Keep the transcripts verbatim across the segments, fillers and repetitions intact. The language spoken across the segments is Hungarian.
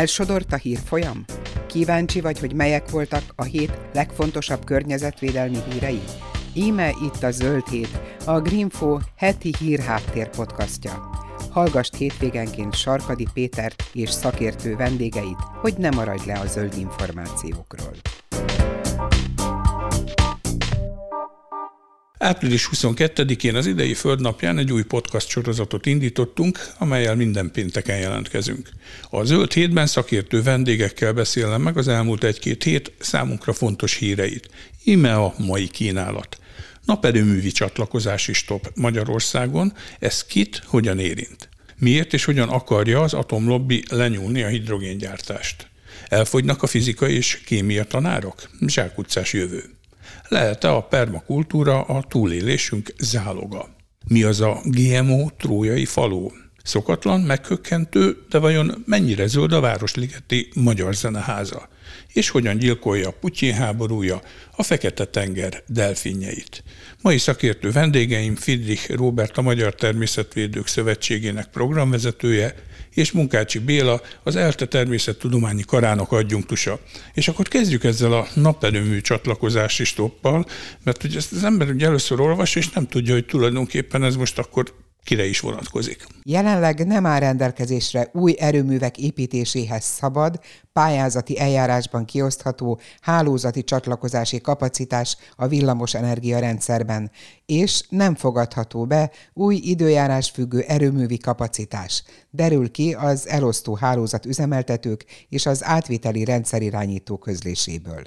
Elsodort a hírfolyam? Kíváncsi vagy, hogy melyek voltak a hét legfontosabb környezetvédelmi hírei? Íme itt a Zöld Hét, a Greenfo heti hírháttér podcastja. Hallgasd hétvégenként Sarkadi Pétert és szakértő vendégeit, hogy ne maradj le a zöld információkról. április huszonkettedikén az idei Földnapján egy új podcast sorozatot indítottunk, amellyel minden pénteken jelentkezünk. A Zöld Hétben szakértő vendégekkel beszélem meg az elmúlt egy-két hét számunkra fontos híreit. Íme a mai kínálat. Naperőművi csatlakozási stop Magyarországon, ez kit hogyan érint? Miért és hogyan akarja az atomlobby lenyúlni a hidrogéngyártást? Elfogynak a fizikai és kémia tanárok? Zsákutcás jövő. Lehet-e a permakultúra a túlélésünk záloga? Mi az a gé em o trójai faló? Szokatlan, meghökkentő, de vajon mennyire zöld a Városligeti Magyar Zeneháza? És hogyan gyilkolja Putyin háborúja a Fekete-tenger delfinjeit? Mai szakértő vendégeim Friedrich Róbert, a Magyar Természetvédők Szövetségének programvezetője, és Munkácsi Béla, az ELTE természettudományi karának adjunktusa. És akkor kezdjük ezzel a naperőmű csatlakozási stoppal, mert ugye ezt az ember ugye először olvas, és nem tudja, hogy tulajdonképpen ez most akkor kire is vonatkozik. Jelenleg nem áll rendelkezésre új erőművek építéséhez szabad, pályázati eljárásban kiosztható hálózati csatlakozási kapacitás a villamosenergia rendszerben, és nem fogadható be új időjárás függő erőművi kapacitás. Derül ki az elosztó hálózat üzemeltetők és az átviteli rendszerirányító közléséből.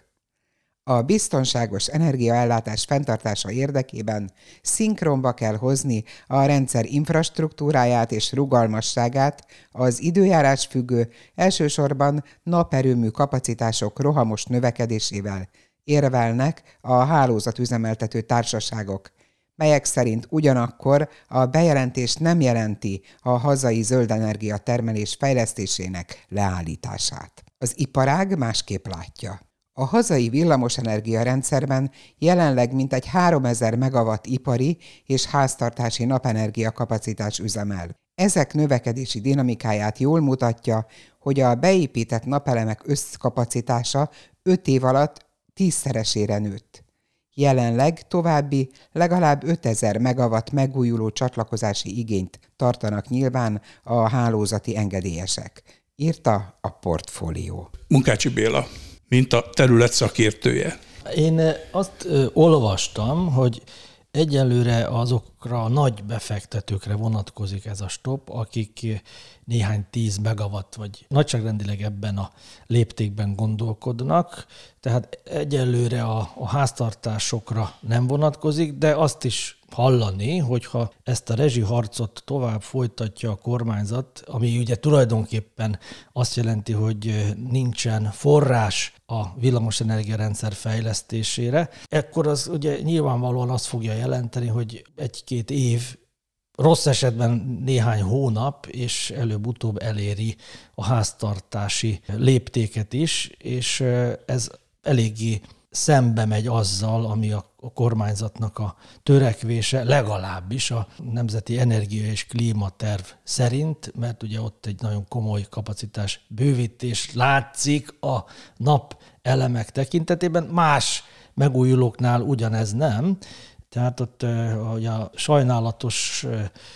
A biztonságos energiaellátás fenntartása érdekében szinkronba kell hozni a rendszer infrastruktúráját és rugalmasságát az időjárás függő, elsősorban naperőmű kapacitások rohamos növekedésével, érvelnek a hálózatüzemeltető társaságok, melyek szerint ugyanakkor a bejelentés nem jelenti a hazai zöldenergia termelés fejlesztésének leállítását. Az iparág másképp látja. A hazai villamosenergia rendszerben jelenleg mintegy háromezer megawatt ipari és háztartási napenergia kapacitás üzemel. Ezek növekedési dinamikáját jól mutatja, hogy a beépített napelemek összkapacitása öt év alatt tízszeresére nőtt. Jelenleg további legalább ötezer megawatt megújuló csatlakozási igényt tartanak nyilván a hálózati engedélyesek, írta a Portfólió. Munkácsi Béla, mint a terület szakértője. Én azt ö, olvastam, hogy egyelőre azokra a nagy befektetőkre vonatkozik ez a stop, akik néhány tíz megawatt, vagy nagyságrendileg ebben a léptékben gondolkodnak, tehát egyelőre a, a háztartásokra nem vonatkozik, de azt is hallani, hogyha ezt a rezsiharcot tovább folytatja a kormányzat, ami ugye tulajdonképpen azt jelenti, hogy nincsen forrás a villamosenergia rendszer fejlesztésére, ekkor az ugye nyilvánvalóan azt fogja jelenteni, hogy egy-két év, rossz esetben néhány hónap, és előbb-utóbb eléri a háztartási léptéket is, és ez eléggé szembe megy azzal, ami a kormányzatnak a törekvése, legalábbis a Nemzeti Energia és Klímaterv szerint, mert ugye ott egy nagyon komoly kapacitás bővítés látszik a napelemek tekintetében, más megújulóknál ugyanez nem. Tehát ott a sajnálatos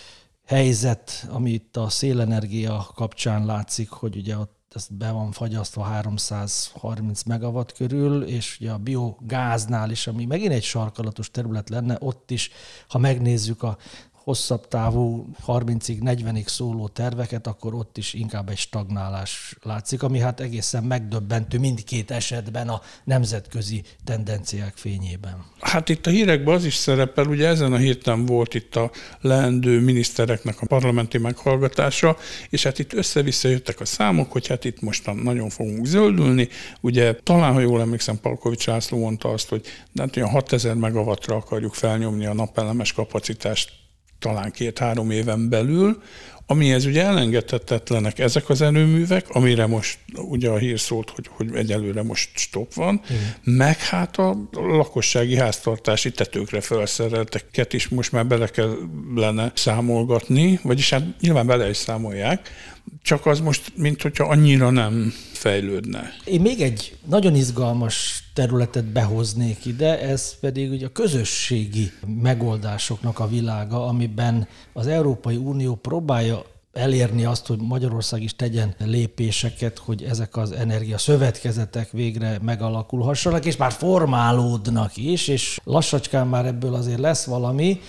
helyzet, ami itt a szélenergia kapcsán látszik, hogy ugye ott ez be van fagyasztva háromszázharminc megawatt körül, és ugye a biogáznál is, ami megint egy sarkalatos terület lenne, ott is, ha megnézzük a hosszabb távú harmincig, negyvenig szóló terveket, akkor ott is inkább egy stagnálás látszik, ami hát egészen megdöbbentő mindkét esetben a nemzetközi tendenciák fényében. Hát itt a hírekben az is szerepel, ugye ezen a héten volt itt a leendő minisztereknek a parlamenti meghallgatása, és hát itt össze-vissza jöttek a számok, hogy hát itt mostan nagyon fogunk zöldülni. Ugye talán, ha jól emlékszem, Palkovics László mondta azt, hogy hát olyan hatezer megawattra akarjuk felnyomni a napelemes kapacitást talán két-három éven belül, Amihez ugye elengedhetetlenek ezek az erőművek, amire most ugye a hír szólt, hogy, hogy egyelőre most stop van, igen. Meg hát a lakossági háztartási tetőkre felszerelteket is most már bele kellene számolgatni, vagyis hát nyilván bele is számolják, csak az most, mint hogyha annyira nem fejlődne. Én még egy nagyon izgalmas területet behoznék ide, ez pedig ugye a közösségi megoldásoknak a világa, amiben az Európai Unió próbálja elérni azt, hogy Magyarország is tegyen lépéseket, hogy ezek az energiaszövetkezetek végre megalakulhassanak, és már formálódnak is, és lassacskán már ebből azért lesz valami,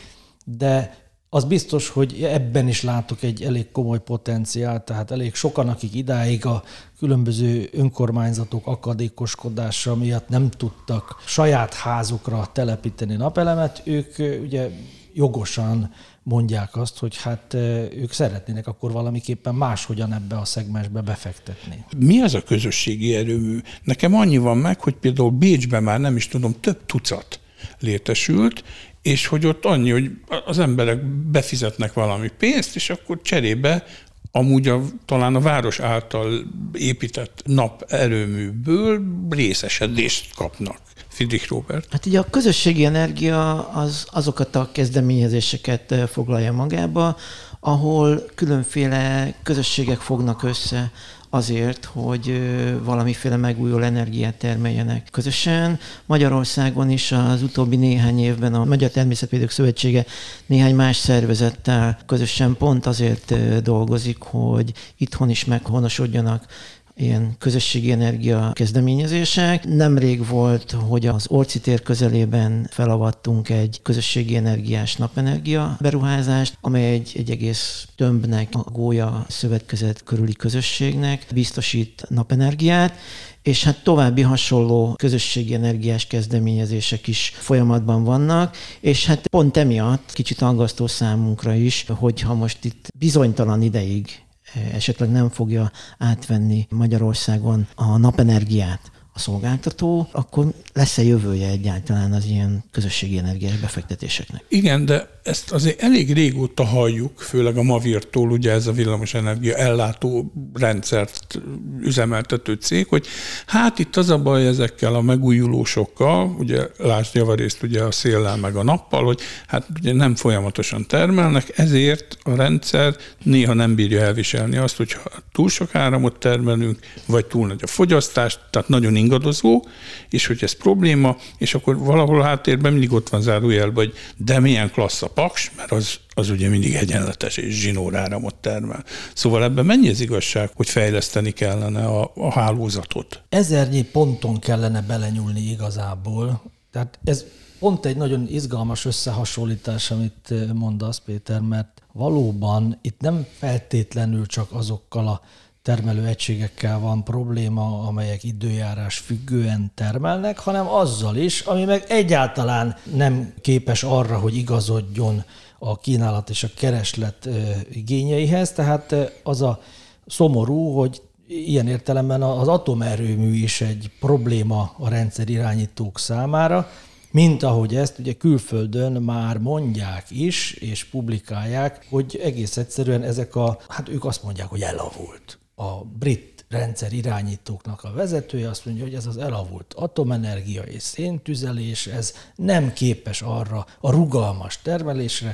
de az biztos, hogy ebben is látok egy elég komoly potenciált, tehát elég sokan, akik idáig a különböző önkormányzatok akadékoskodása miatt nem tudtak saját házukra telepíteni napelemet, ők ugye jogosan mondják azt, hogy hát ők szeretnének akkor valamiképpen máshogyan ebbe a szegmensbe befektetni. Mi az a közösségi erőmű? Nekem annyi van meg, hogy például Bécsben már nem is tudom, több tucat létesült, és hogy ott annyi, hogy az emberek befizetnek valami pénzt, és akkor cserébe amúgy a, talán a város által épített naperőműből részesedést kapnak. Friedrich Robert. Hát ugye a közösségi energia az azokat a kezdeményezéseket foglalja magába, ahol különféle közösségek fognak össze azért, hogy valamiféle megújuló energiát termeljenek közösen. Magyarországon is az utóbbi néhány évben a Magyar Természetvédők Szövetsége néhány más szervezettel közösen pont azért dolgozik, hogy itthon is meghonosodjanak ilyen közösségi energia kezdeményezések. Nemrég volt, hogy az Orci tér közelében felavattunk egy közösségi energiás napenergia beruházást, amely egy, egy egész tömbnek, a Gólya szövetkezet körüli közösségnek biztosít napenergiát, és hát további hasonló közösségi energiás kezdeményezések is folyamatban vannak, és hát pont emiatt kicsit aggasztó számunkra is, hogyha most itt bizonytalan ideig esetleg nem fogja átvenni Magyarországon a napenergiát a szolgáltató, akkor lesz-e jövője egyáltalán az ilyen közösségi energiás befektetéseknek? Igen, de ezt azért elég régóta halljuk, főleg a Mavirtól, ugye ez a villamosenergia ellátó rendszert üzemeltető cég, hogy hát itt az a baj ezekkel a megújulósokkal, ugye lásd javarészt ugye a széllel meg a nappal, hogy hát ugye nem folyamatosan termelnek, ezért a rendszer néha nem bírja elviselni azt, hogyha túl sok áramot termelünk, vagy túl nagy a fogyasztás, tehát nagyon ingadozó, és hogy ez probléma, és akkor valahol a háttérben mindig ott van zárójelben, hogy de milyen klassz a paks, mert az, az ugye mindig egyenletes és zsinóráramot termel. Szóval ebben mennyi az igazság, hogy fejleszteni kellene a, a hálózatot? Ezernyi ponton kellene belenyúlni igazából. Tehát ez pont egy nagyon izgalmas összehasonlítás, amit mondasz, Péter, mert valóban itt nem feltétlenül csak azokkal a termelő egységekkel van probléma, amelyek időjárás függően termelnek, hanem azzal is, ami meg egyáltalán nem képes arra, hogy igazodjon a kínálat és a kereslet igényeihez. Tehát az a szomorú, hogy ilyen értelemben az atomerőmű is egy probléma a rendszerirányítók számára, mint ahogy ezt ugye külföldön már mondják is, és publikálják, hogy egész egyszerűen ezek a, hát ők azt mondják, hogy elavult. A brit rendszer irányítóknak a vezetője azt mondja, hogy ez az elavult atomenergia és széntüzelés, ez nem képes arra a rugalmas termelésre,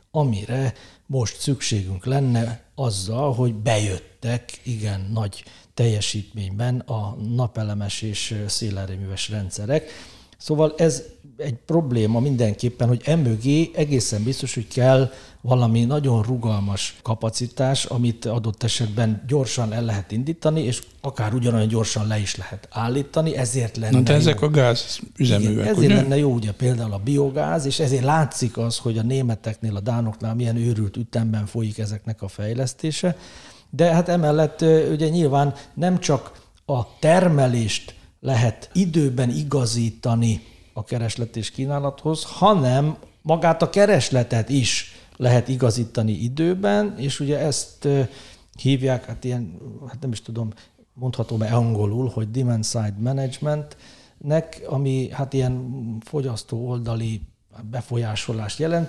amire most szükségünk lenne azzal, hogy bejöttek igen nagy teljesítményben a napelemes és szélerőműves rendszerek. Szóval ez egy probléma mindenképpen, hogy emögé egészen biztos, hogy kell valami nagyon rugalmas kapacitás, amit adott esetben gyorsan el lehet indítani, és akár ugyanolyan gyorsan le is lehet állítani, ezért lenne Na de jó. ezek a gáz üzeművek, Igen, ezért ugye? lenne jó ugye például a biogáz, és ezért látszik az, hogy a németeknél, a dánoknál milyen őrült ütemben folyik ezeknek a fejlesztése. De hát emellett ugye nyilván nem csak a termelést lehet időben igazítani a kereslet és kínálathoz, hanem magát a keresletet is lehet igazítani időben, és ugye ezt hívják, hát ilyen, hát nem is tudom, mondhatom-e angolul, hogy demand-side managementnek, ami hát ilyen fogyasztó oldali befolyásolást jelent.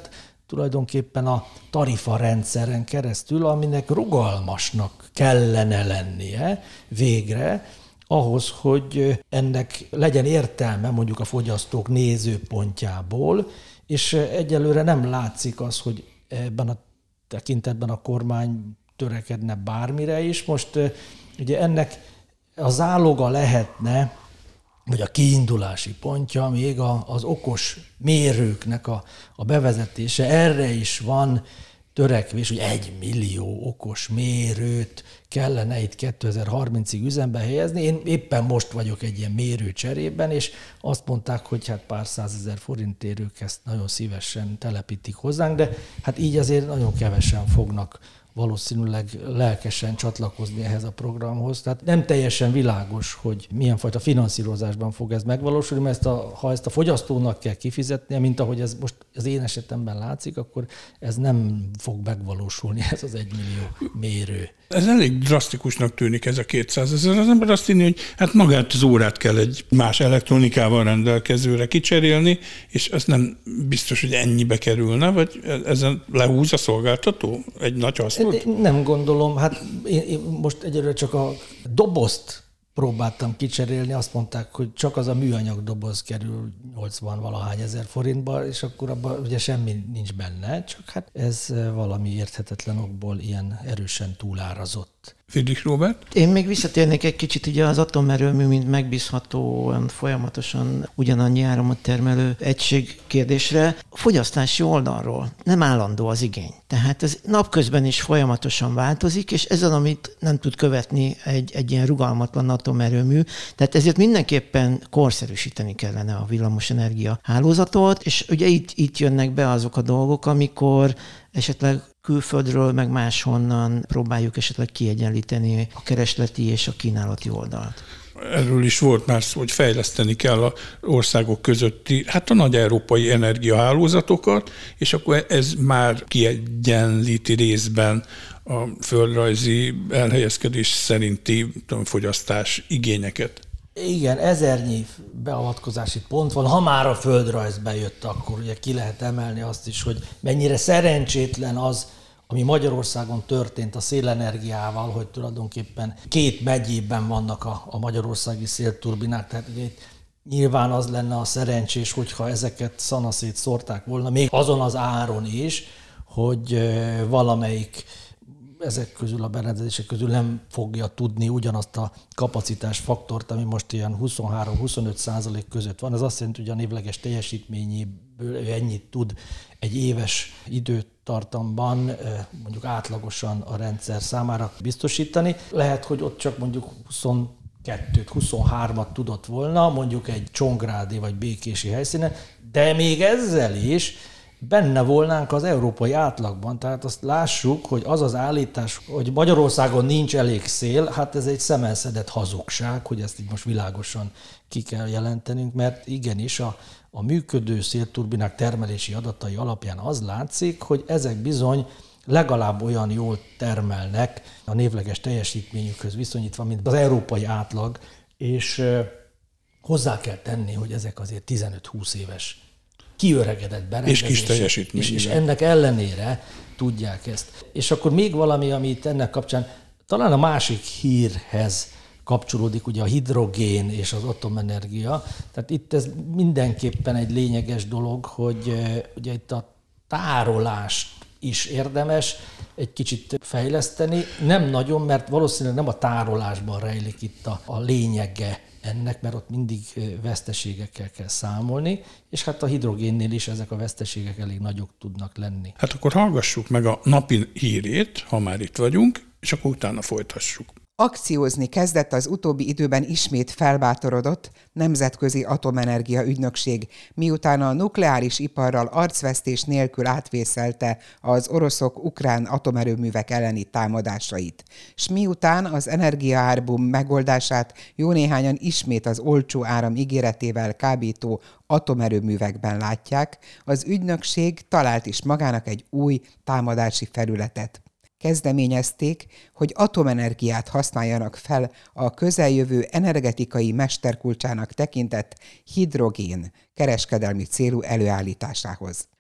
tulajdonképpen a tarifarendszeren keresztül, aminek rugalmasnak kellene lennie végre, ahhoz, hogy ennek legyen értelme mondjuk a fogyasztók nézőpontjából, és egyelőre nem látszik az, hogy ebben a tekintetben a kormány törekedne bármire is. Most ugye ennek a záloga lehetne, vagy a kiindulási pontja még az okos mérőknek a, a bevezetése. Erre is van törekvés, hogy egy millió okos mérőt kellene itt kétezer-harmincig üzembe helyezni. Én éppen most vagyok egy ilyen mérő cserében, és azt mondták, hogy hát pár százezer forintért ők ezt nagyon szívesen telepítik hozzánk, de hát így azért nagyon kevesen fognak valószínűleg lelkesen csatlakozni ehhez a programhoz. Tehát nem teljesen világos, hogy milyen fajta finanszírozásban fog ez megvalósulni, mert ezt a, ha ezt a fogyasztónak kell kifizetnie, mint ahogy ez most az én esetemben látszik, akkor ez nem fog megvalósulni, ez az egymillió mérő. Ez elég drasztikusnak tűnik ez a kétszázezer. Az ember azt hinni, hogy hát magát az órát kell egy más elektronikával rendelkezőre kicserélni, és ez nem biztos, hogy ennyibe kerülne, vagy ezen lehúz a szolgáltató egy nagy hasznot? Nem gondolom. Hát én, én most egyelőre csak a dobozt próbáltam kicserélni, azt mondták, hogy csak az a műanyag doboz kerül nyolcvan valahány ezer forintba, és akkor abban ugye semmi nincs benne, csak hát ez valami érthetetlen okból ilyen erősen túlárazott. Friedrich Róbert? Én még visszatérnék egy kicsit ugye az atomerőmű, mint megbízhatóan, folyamatosan ugyanannyi áramot termelő egység kérdésre. A fogyasztási oldalról nem állandó az igény. Tehát ez napközben is folyamatosan változik, és ez az, amit nem tud követni egy, egy ilyen rugalmatlan atomerőmű. Tehát ezért mindenképpen korszerűsíteni kellene a villamosenergia hálózatot, és ugye itt, itt jönnek be azok a dolgok, amikor esetleg külföldről, meg máshonnan próbáljuk esetleg kiegyenlíteni a keresleti és a kínálati oldalt. Erről is volt már szó, hogy fejleszteni kell az országok közötti, hát a nagy európai energiahálózatokat, és akkor ez már kiegyenlíti részben a földrajzi elhelyezkedés szerinti tudom, fogyasztás igényeket. Igen, ezernyi beavatkozási pont van. Ha már a földrajz bejött, akkor ugye ki lehet emelni azt is, hogy mennyire szerencsétlen az, ami Magyarországon történt a szélenergiával, hogy tulajdonképpen két megyében vannak a, a magyarországi szélturbinák, tehát ugye itt nyilván az lenne a szerencsés, hogyha ezeket szanaszét szórták volna, még azon az áron is, hogy valamelyik ezek közül, a berendezések közül nem fogja tudni ugyanazt a kapacitásfaktort, ami most ilyen huszonhárom-huszonöt százalék között van. Ez azt jelenti, hogy a névleges teljesítményéből ennyit tud egy éves időtartamban mondjuk átlagosan a rendszer számára biztosítani. Lehet, hogy ott csak mondjuk huszonkettőt, huszonhármat tudott volna, mondjuk egy csongrádi vagy békési helyszínen, de még ezzel is benne volnánk az európai átlagban. Tehát azt lássuk, hogy az az állítás, hogy Magyarországon nincs elég szél, hát ez egy szemenszedett hazugság, hogy ezt így most világosan ki kell jelentenünk, mert igenis a, a működő szélturbinák termelési adatai alapján az látszik, hogy ezek bizony legalább olyan jól termelnek a névleges teljesítményükhöz viszonyítva, mint az európai átlag, és hozzá kell tenni, hogy ezek azért tizenöt-húsz éves kiöregedett berendezések. És kis teljesítmény. És, és ennek ellenére tudják ezt. És akkor még valami, ami itt ennek kapcsán talán a másik hírhez kapcsolódik, ugye a hidrogén és az atomenergia. Tehát itt ez mindenképpen egy lényeges dolog, hogy ugye itt a tárolást is érdemes egy kicsit fejleszteni. Nem nagyon, mert valószínűleg nem a tárolásban rejlik itt a, a lényege ennek, mert ott mindig veszteségekkel kell számolni, és hát a hidrogénnél is ezek a veszteségek elég nagyok tudnak lenni. Hát akkor hallgassuk meg a napi hírét, ha már itt vagyunk, és akkor utána folytassuk. Akciózni kezdett az utóbbi időben ismét felbátorodott Nemzetközi Atomenergia Ügynökség, miután a nukleáris iparral arcvesztés nélkül átvészelte az oroszok ukrán atomerőművek elleni támadásait. S miután az energiaárbum megoldását jó néhányan ismét az olcsó áram ígéretével kábító atomerőművekben látják, az ügynökség talált is magának egy új támadási felületet. Kezdeményezték, hogy atomenergiát használjanak fel a közeljövő energetikai mesterkulcsának tekintett hidrogén kereskedelmi célú előállításához.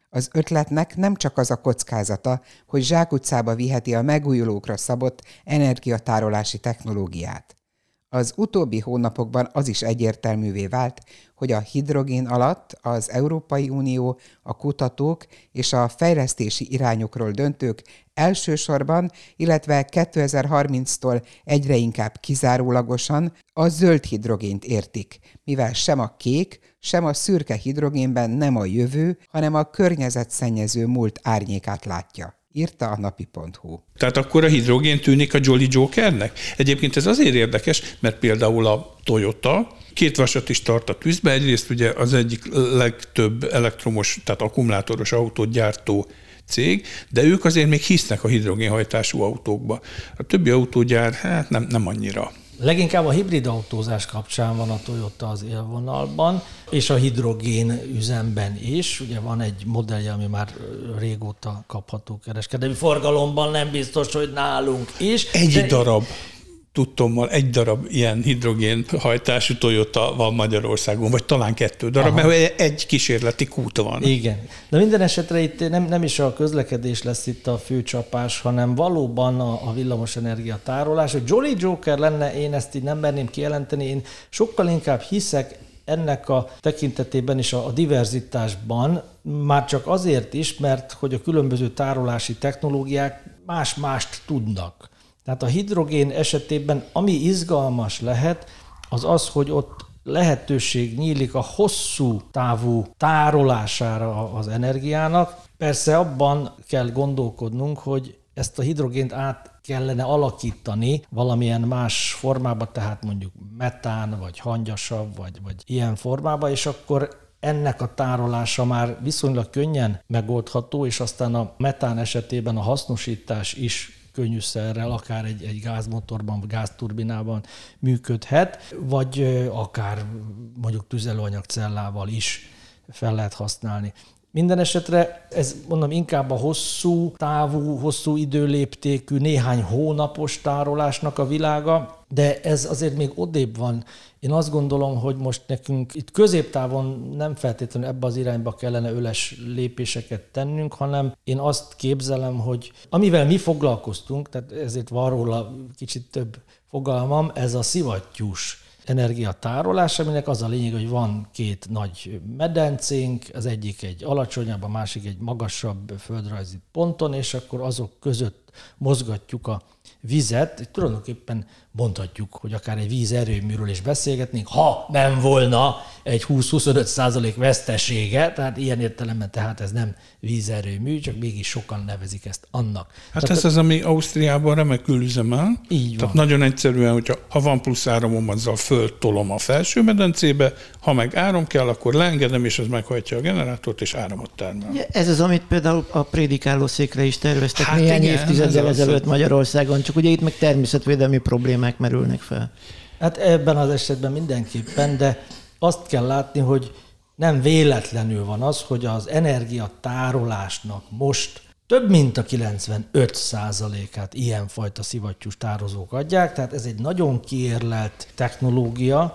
Az ötletnek nem csak az a kockázata, hogy zsákutcába viheti a megújulókra szabott energiatárolási technológiát. Az utóbbi hónapokban az is egyértelművé vált, hogy a hidrogén alatt az Európai Unió, a kutatók és a fejlesztési irányokról döntők elsősorban, illetve kétezer-harminctól egyre inkább kizárólagosan a zöld hidrogént értik, mivel sem a kék, sem a szürke hidrogénben nem a jövő, hanem a környezetszennyező múlt árnyékát látja, írta a napi pont hu. Tehát akkor a hidrogén tűnik a Jolly Jokernek? Egyébként ez azért érdekes, mert például a Toyota két vasat is tart a tűzbe. Egyrészt ugye az egyik legtöbb elektromos, tehát akkumulátoros autót gyártó cég, de ők azért még hisznek a hidrogénhajtású autókba. A többi autógyár hát nem, nem annyira. Leginkább a hibrid autózás kapcsán van a Toyota az élvonalban, és a hidrogén üzemben is. Ugye van egy modellje, ami már régóta kapható kereskedelmi forgalomban, nem biztos, hogy nálunk is. Egy de... darab, tudtommal egy darab ilyen hidrogénhajtású Toyota van Magyarországon, vagy talán kettő darab, Aha. mert egy kísérleti kút van. Igen. De minden esetre itt nem, nem is a közlekedés lesz itt a fő csapás, hanem valóban a, a villamosenergia tárolás. Hogy Jolly Joker lenne, én ezt így nem merném kijelenteni, én sokkal inkább hiszek ennek a tekintetében is a, a diverzitásban, már csak azért is, mert hogy a különböző tárolási technológiák más-mást tudnak. Tehát a hidrogén esetében ami izgalmas lehet, az az, hogy ott lehetőség nyílik a hosszú távú tárolására az energiának. Persze abban kell gondolkodnunk, hogy ezt a hidrogént át kellene alakítani valamilyen más formába, tehát mondjuk metán, vagy hangyasav, vagy, vagy ilyen formába, és akkor ennek a tárolása már viszonylag könnyen megoldható, és aztán a metán esetében a hasznosítás is könnyűszerrel, akár egy, egy gázmotorban, vagy gázturbinában működhet, vagy akár mondjuk tüzelőanyagcellával is fel lehet használni. Minden esetre ez mondom inkább a hosszú távú, hosszú időléptékű, néhány hónapos tárolásnak a világa, de ez azért még odébb van. Én azt gondolom, hogy most nekünk itt középtávon nem feltétlenül ebbe az irányba kellene öles lépéseket tennünk, hanem én azt képzelem, hogy amivel mi foglalkoztunk, tehát ezért van róla kicsit több fogalmam, ez a szivattyús energiatárolás, aminek az a lényeg, hogy van két nagy medencénk, az egyik egy alacsonyabb, a másik egy magasabb földrajzi ponton, és akkor azok között mozgatjuk a vizet. Tulajdonképpen mondhatjuk, hogy akár egy vízerőműről is beszélgetnénk, ha nem volna egy húsz-huszonöt százalék vesztesége, tehát ilyen értelemben tehát ez nem vízerőmű, csak mégis sokan nevezik ezt annak. Hát tehát ez az, ami Ausztriában remekül üzemel. Így Tehát van. nagyon egyszerűen, hogyha ha van plusz áramom, azzal föltolom a felső medencébe, ha meg áram kell, akkor leengedem, és az meghajtja a generátort, és áramot termel. Ez az, amit például a prédikálószékre is terveztek Hát néhány igen, évtizeddel ez ezelőtt az. Magyarországon, csak ugye itt meg természetvédelmi problémák merülnek fel. Hát ebben az esetben mindenképpen, de azt kell látni, hogy nem véletlenül van az, hogy az energiatárolásnak most több mint a kilencvenöt százalékát ilyenfajta szivattyús tározók adják, tehát ez egy nagyon kiérlelt technológia,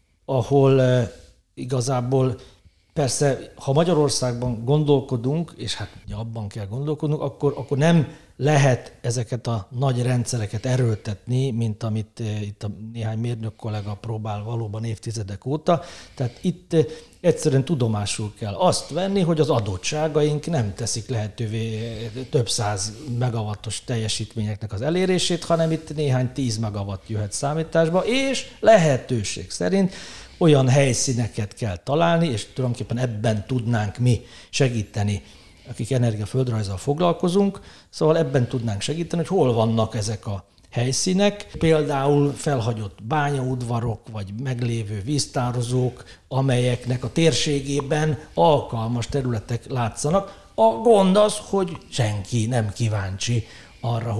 ahol eh, igazából persze, ha Magyarországban gondolkodunk, és hát abban kell gondolkodnunk, akkor, akkor nem lehet ezeket a nagy rendszereket erőltetni, mint amit itt a néhány mérnök kollega próbál valóban évtizedek óta. Tehát itt egyszerűen tudomásul kell azt venni, hogy az adottságaink nem teszik lehetővé több száz megawattos teljesítményeknek az elérését, hanem itt néhány tíz megawatt jöhet számításba, és lehetőség szerint olyan helyszíneket kell találni, és tulajdonképpen ebben tudnánk mi segíteni, akik energiaföldrajzzal foglalkozunk, szóval ebben tudnánk segíteni, hogy hol vannak ezek a helyszínek, például felhagyott bányaudvarok, vagy meglévő víztározók, amelyeknek a térségében alkalmas területek látszanak. A gond az, hogy senki nem kíváncsi arra, hogy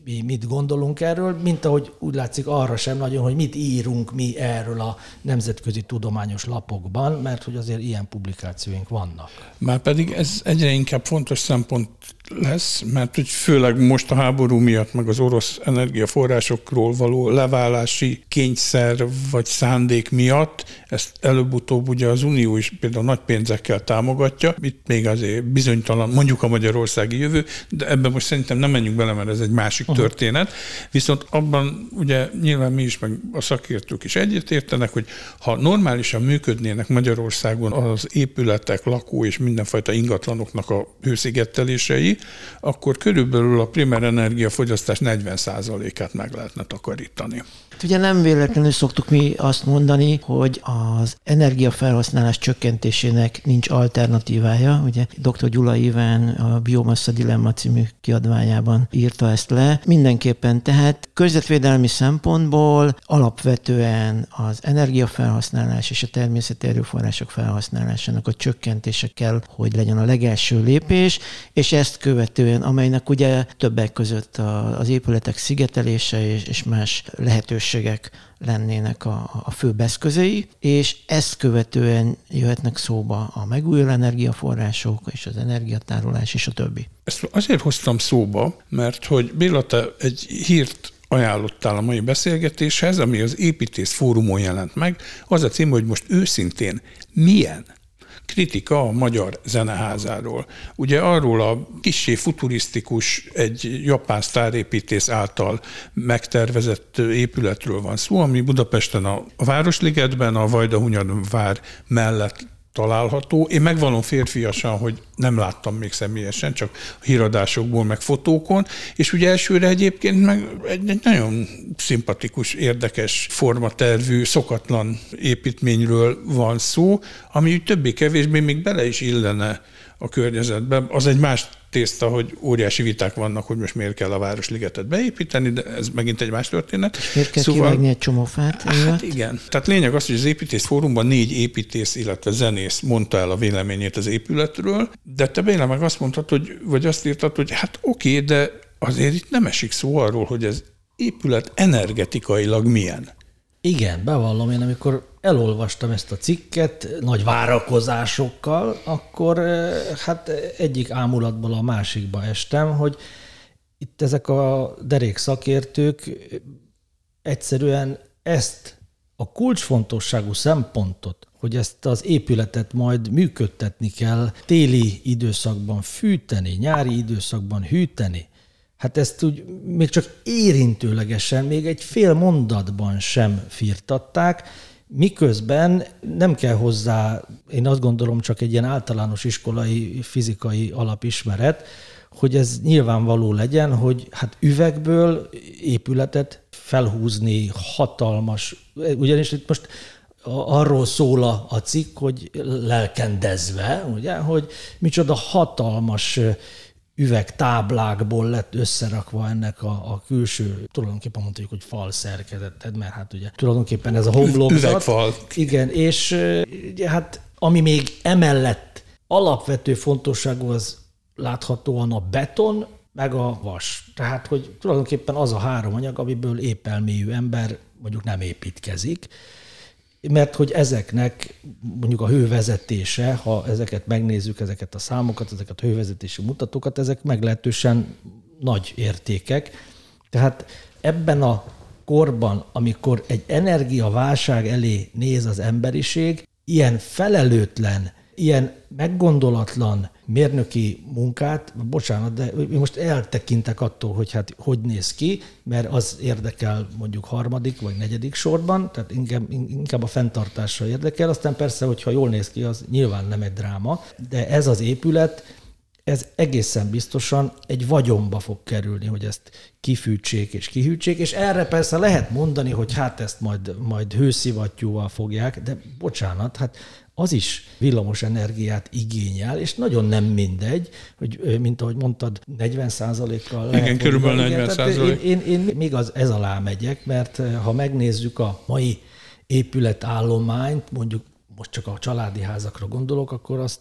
mi mit gondolunk erről, mint ahogy úgy látszik arra sem nagyon, hogy mit írunk mi erről a nemzetközi tudományos lapokban, mert hogy azért ilyen publikációink vannak. Márpedig ez egyre inkább fontos szempont lesz, mert hogy főleg most a háború miatt, meg az orosz energiaforrásokról való leválási kényszer vagy szándék miatt, ezt előbb-utóbb ugye az Unió is például nagy pénzekkel támogatja, itt még azért bizonytalan, mondjuk a magyarországi jövő, de ebben most szerintem nem menjünk bele, mert ez egy másik uh-huh. történet. Viszont abban ugye nyilván mi is, meg a szakértők is egyetértenek, hogy ha normálisan működnének Magyarországon az épületek, lakó és mindenfajta ingatlanoknak a hőszigetelései, akkor körülbelül a primer energiafogyasztás negyven százalékát meg lehetne takarítani. Ugye nem véletlenül szoktuk mi azt mondani, hogy az energiafelhasználás csökkentésének nincs alternatívája. Ugye dr. Gyula Iván a Biomassa Dilemma című kiadványában írta ezt le. Mindenképpen tehát környezetvédelmi szempontból alapvetően az energiafelhasználás és a természeti erőforrások felhasználásának a csökkentése kell, hogy legyen a legelső lépés, és ezt követően, amelynek ugye többek között az épületek szigetelése és más lehetőségek lennének a, a főbb eszközei, és ezt követően jöhetnek szóba a megújuló energiaforrások és az energiatárolás és a többi. Ezt azért hoztam szóba, mert hogy Béla, te egy hírt ajánlottál a mai beszélgetéshez, ami az Építész Fórumon jelent meg. Az a cím, hogy most őszintén milyen kritika a Magyar Zeneházáról. Ugye arról a kissé futurisztikus, egy japán sztárépítész által megtervezett épületről van szó, ami Budapesten a Városligetben, a Vajdahunyad vár mellett található. Én megvallom férfiasan, hogy nem láttam még személyesen, csak a híradásokból, meg fotókon, és ugye elsőre egyébként meg egy, egy nagyon szimpatikus, érdekes formatervű, szokatlan építményről van szó, ami többé-kevésbé még bele is illene a környezetbe. Az egy más tészta, hogy óriási viták vannak, hogy most miért kell a Városligetet beépíteni, de ez megint egy más történet. És miért kell szóval, kivágni egy csomó fát? Hát igen. Tehát lényeg az, hogy az Építész Fórumban négy építész, illetve zenész mondta el a véleményét az épületről, de te Béla meg azt mondtad, hogy, vagy azt írtad, hogy hát oké, de azért itt nem esik szó arról, hogy ez épület energetikailag milyen. Igen, bevallom, én amikor elolvastam ezt a cikket nagy várakozásokkal, akkor hát egyik ámulatból a másikba estem, hogy itt ezek a derék szakértők egyszerűen ezt a kulcsfontosságú szempontot, hogy ezt az épületet majd működtetni kell, téli időszakban fűteni, nyári időszakban hűteni, hát ezt úgy még csak érintőlegesen, még egy fél mondatban sem firtatták, miközben nem kell hozzá, én azt gondolom, csak egy ilyen általános iskolai fizikai alapismeret, hogy ez nyilvánvaló legyen, hogy hát üvegből épületet felhúzni hatalmas, ugyanis itt most arról szól a, a cikk, hogy lelkendezve, ugye, hogy micsoda hatalmas üvegtáblákból lett összerakva ennek a, a külső, tulajdonképpen mondjuk, hogy fal szerkezeted, mert hát ugye tulajdonképpen ez a homlokzat. Üvegfal. Igen, és ugye, hát ami még emellett alapvető fontosságú, az láthatóan a beton, meg a vas. Tehát, hogy tulajdonképpen az a három anyag, amiből épelmélyű ember mondjuk nem építkezik, mert hogy ezeknek mondjuk a hővezetése, ha ezeket megnézzük, ezeket a számokat, ezeket a hővezetési mutatókat, ezek meglehetősen nagy értékek. Tehát ebben a korban, amikor egy energiaválság elé néz az emberiség, ilyen felelőtlen, ilyen meggondolatlan mérnöki munkát, bocsánat, de én most eltekintek attól, hogy hát hogy néz ki, mert az érdekel mondjuk harmadik vagy negyedik sorban, tehát inkább, inkább a fenntartásra érdekel, aztán persze, hogyha jól néz ki, az nyilván nem egy dráma, de ez az épület, ez egészen biztosan egy vagyonba fog kerülni, hogy ezt kifűtsék és kihűtsék, és erre persze lehet mondani, hogy hát ezt majd, majd hőszivattyúval fogják, de bocsánat, hát az is villamos energiát igényel, és nagyon nem mindegy, hogy mint ahogy mondtad, negyven százalékkal lehet. Igen, körülbelül negyven százalék. Én, én, én még az, ez alá megyek, mert ha megnézzük a mai épületállományt, mondjuk most csak a családi házakra gondolok, akkor azt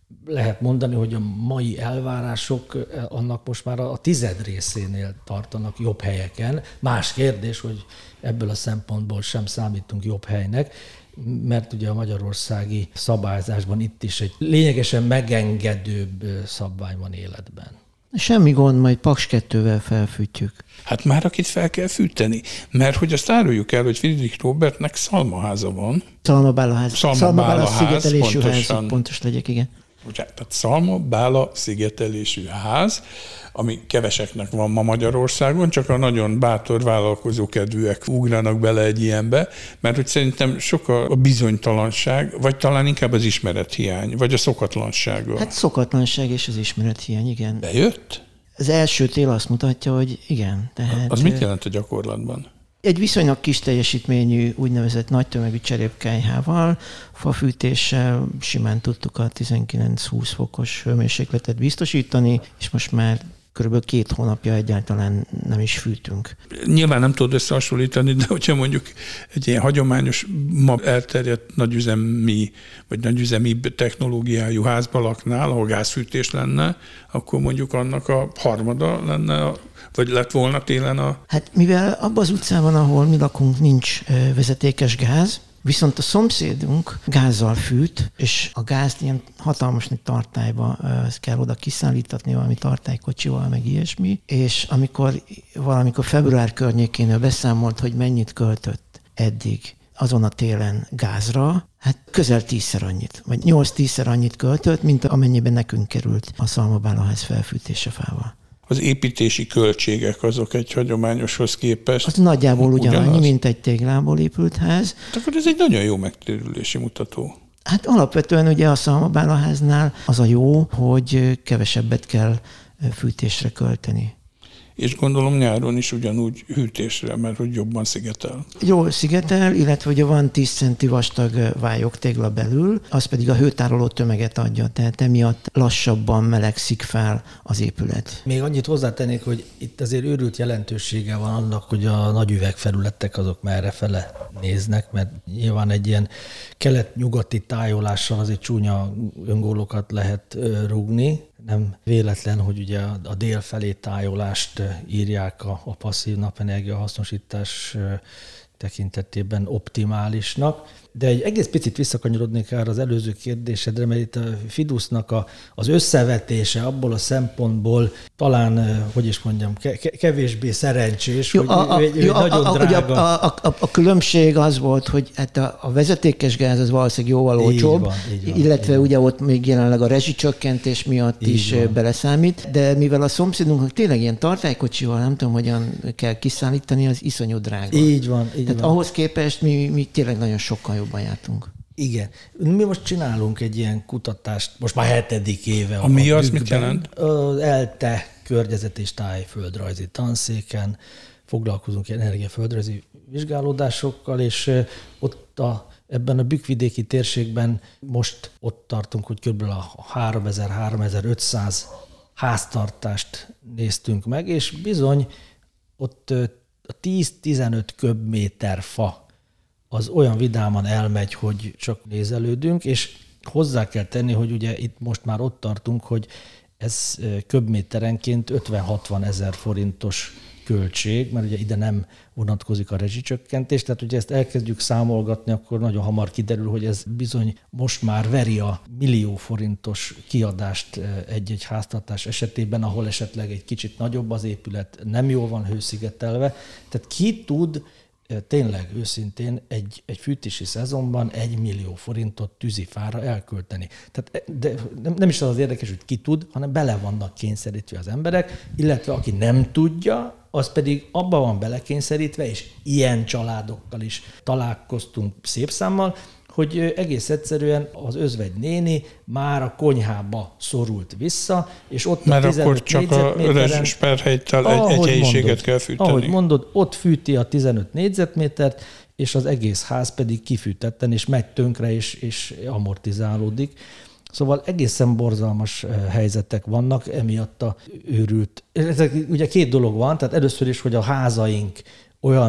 lehet mondani, hogy a mai elvárások annak most már a tized részénél tartanak jobb helyeken. Más kérdés, hogy ebből a szempontból sem számítunk jobb helynek, mert ugye a magyarországi szabályzásban itt is egy lényegesen megengedőbb szabvány van életben. Semmi gond, majd Paks kettővel felfűtjük. Hát már akit fel kell fűteni, mert hogy azt áruljuk el, hogy Friedrich Robertnek szalmaháza van. Szalmabálaház. Szalmabálaház, szigetelésű pontosan. ház, pontos legyek, igen. Ugye, tehát Szalma-Bála szigetelésű ház, ami keveseknek van ma Magyarországon, csak a nagyon bátor vállalkozókedvűek ugranak bele egy ilyenbe, mert hogy szerintem sok a bizonytalanság, vagy talán inkább az ismerethiány, vagy a szokatlansága. Hát szokatlanság és az ismerethiány, igen. Bejött? Az első tél azt mutatja, hogy igen. Tehát az mit jelent a gyakorlatban? Egy viszonylag kis teljesítményű úgynevezett nagy tömegű cserépkályhával, fafűtéssel simán tudtuk a tizenkilenc-húsz fokos hőmérsékletet biztosítani, és most már körülbelül két hónapja egyáltalán nem is fűtünk. Nyilván nem tudod összehasonlítani, de hogyha mondjuk egy ilyen hagyományos, ma elterjedt nagyüzemi, vagy nagyüzemi technológiájú házba laknál, ahol gázfűtés lenne, akkor mondjuk annak a harmada lenne, vagy lett volna télen a... Hát mivel abban az utcában, ahol mi lakunk, nincs vezetékes gáz, viszont a szomszédunk gázzal fűt, és a gázt ilyen hatalmas nagy tartályba kell oda kiszállítatni, valami tartálykocsival, meg ilyesmi, és amikor valamikor február környékén beszámolt, hogy mennyit költött eddig azon a télen gázra, hát közel tízszer annyit, vagy nyolc-tízszer annyit költött, mint amennyiben nekünk került a Szalmabálaház felfűtése fával. Az építési költségek azok egy hagyományoshoz képest. Az nagyjából ugyanannyi, ugyanaz, mint egy téglából épült ház. Akkor ez egy nagyon jó megtérülési mutató. Hát alapvetően ugye a Szalmabálaháznál az a jó, hogy kevesebbet kell fűtésre költeni. És gondolom nyáron is ugyanúgy hűtésre, mert hogy jobban szigetel. Jól szigetel, illetve ugye van tíz centi vastag vályogtégla belül, az pedig a hőtároló tömeget adja, tehát emiatt lassabban melegszik fel az épület. Még annyit hozzátennék, hogy itt azért őrült jelentősége van annak, hogy a nagy üvegfelületek azok merre fele néznek, mert nyilván egy ilyen kelet-nyugati tájolással azért csúnya öngólokat lehet rúgni. Nem véletlen, hogy ugye a dél felé tájolást írják a, a passzív napenergia hasznosítás tekintetében optimálisnak. De egy egész picit visszakanyarodnék arra az előző kérdésedre, mert itt a Fidusznak a, az összevetése abból a szempontból talán, hogy is mondjam, ke- kevésbé szerencsés, jó, hogy a, a, ő, ő jó, nagyon a, drága. A, a, a, a különbség az volt, hogy hát a, a vezetékes gáz az valószínűleg jóval olcsóbb, van, van, illetve ugye ott még jelenleg a rezsicsökkentés miatt így is van. Beleszámít, de mivel a szomszédunknak tényleg ilyen tartálykocsival, nem tudom, hogyan kell kiszállítani, az iszonyú drága. Így van. Így Tehát van. ahhoz képest mi, mi tényleg nagyon sokkal jobban jártunk. Igen. Mi most csinálunk egy ilyen kutatást, most már hetedik éve. Ami az mit jelent? Az ELTE környezet és tájföldrajzi tanszéken foglalkozunk ilyen energiaföldrajzi vizsgálódásokkal, és ott a, ebben a bükkvidéki térségben most ott tartunk, hogy kb. A háromezer-háromezer-ötszáz háztartást néztünk meg, és bizony ott a tíz-tizenöt köbméter fa az olyan vidáman elmegy, hogy csak nézelődünk, és hozzá kell tenni, hogy ugye itt most már ott tartunk, hogy ez köbméterenként ötven-hatvan ezer forintos költség, mert ugye ide nem vonatkozik a rezsicsökkentés, tehát ugye ezt elkezdjük számolgatni, akkor nagyon hamar kiderül, hogy ez bizony most már veri a millió forintos kiadást egy-egy háztartás esetében, ahol esetleg egy kicsit nagyobb az épület, nem jól van hőszigetelve. Tehát ki tud tényleg őszintén egy, egy fűtési szezonban egy millió forintot tűzifára elkölteni. Tehát de nem, nem is az az érdekes, hogy ki tud, hanem bele vannak kényszerítve az emberek, illetve aki nem tudja, az pedig abban van belekényszerítve, és ilyen családokkal is találkoztunk szép számmal, hogy egész egyszerűen az özvegy néni már a konyhába szorult vissza, és ott mert a tizenöt akkor csak a rezsisperhelyttel egy, egy helyiséget kell fűteni. Ahogy mondod, ott fűti a tizenöt négyzetmétert, és az egész ház pedig kifűtetten, és megy tönkre, és, és amortizálódik. Szóval egészen borzalmas helyzetek vannak, emiatt a őrült. Ezek, ugye két dolog van, tehát először is, hogy a házaink olyan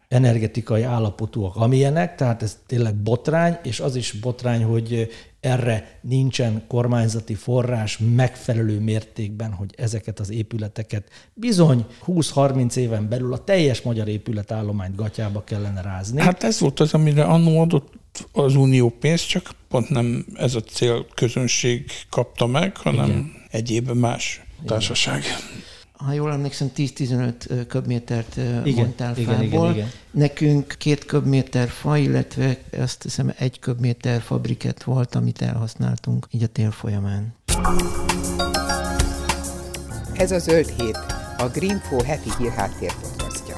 energetikai állapotúak, amilyenek, tehát ez tényleg botrány, és az is botrány, hogy erre nincsen kormányzati forrás megfelelő mértékben, hogy ezeket az épületeket bizony húsz-harminc éven belül a teljes magyar épületállományt gatyába kellene rázni. Hát ez volt az, amire annó adott az Unió pénzt, csak pont nem ez a célközönség kapta meg, hanem igen. egyéb más társaság. Ha jól emlékszem, tíz-tizenöt köbmétert igen, mondtál igen, fából. Igen, igen. Nekünk két köbméter fa, illetve azt hiszem egy köbméter fabriket volt, amit elhasználtunk így a tél folyamán. Ez a Zöld Hét, a Greenfo heti hírháttér podcastja.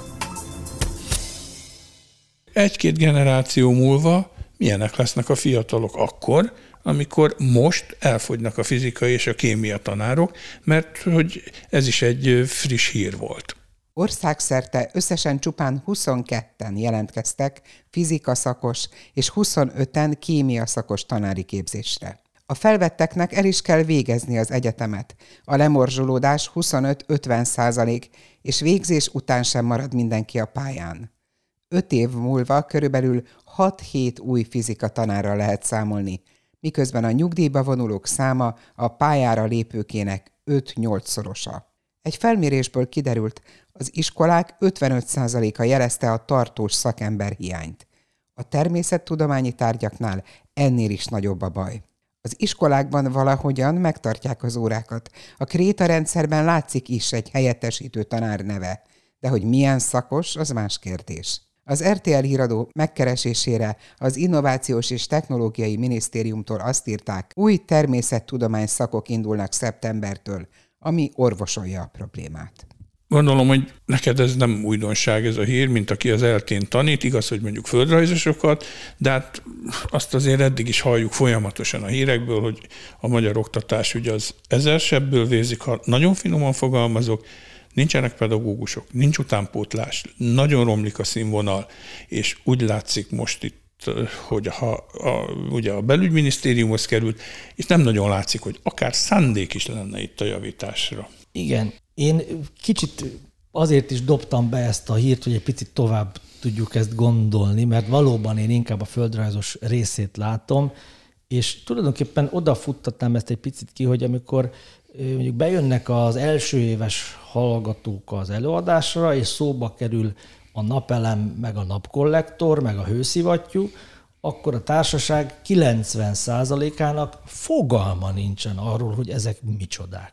Egy-két generáció múlva milyenek lesznek a fiatalok akkor, amikor most elfogynak a fizikai és a kémia tanárok, mert hogy ez is egy friss hír volt. Országszerte összesen csupán huszonketten jelentkeztek fizikaszakos és huszonöten kémiaszakos tanári képzésre. A felvetteknek el is kell végezni az egyetemet. A lemorzsolódás huszonöt-ötven százalék, és végzés után sem marad mindenki a pályán. Öt év múlva körülbelül hat-hét új fizika tanárral lehet számolni, miközben a nyugdíjba vonulók száma a pályára lépőkének öt-nyolcszorosa. Egy felmérésből kiderült, az iskolák ötvenöt százaléka jelezte a tartós szakemberhiányt. A természettudományi tárgyaknál ennél is nagyobb a baj. Az iskolákban valahogyan megtartják az órákat. A kréta rendszerben látszik is egy helyettesítő tanár neve, de hogy milyen szakos, az más kérdés. Az er té el híradó megkeresésére az Innovációs és Technológiai Minisztériumtól azt írták, új természettudomány szakok indulnak szeptembertől, ami orvosolja a problémát. Gondolom, hogy neked ez nem újdonság ez a hír, mint aki az eltén tanít, igaz, hogy mondjuk földrajzosokat, de hát azt azért eddig is halljuk folyamatosan a hírekből, hogy a magyar oktatás ugye az ezersebből vérzik, ha nagyon finoman fogalmazok, nincsenek pedagógusok, nincs utánpótlás, nagyon romlik a színvonal, és úgy látszik most itt, hogy ha a, ugye a belügyminisztériumhoz került, és nem nagyon látszik, hogy akár szándék is lenne itt a javításra. Igen, én kicsit azért is dobtam be ezt a hírt, hogy egy picit tovább tudjuk ezt gondolni, mert valóban én inkább a földrajzos részét látom, és tulajdonképpen odafuttatnám ezt egy picit ki, hogy amikor mondjuk bejönnek az első éves hallgatók az előadásra, és szóba kerül a napelem, meg a napkollektor, meg a hőszivattyú, akkor a társaság kilencven százalékának fogalma nincsen arról, hogy ezek micsodák.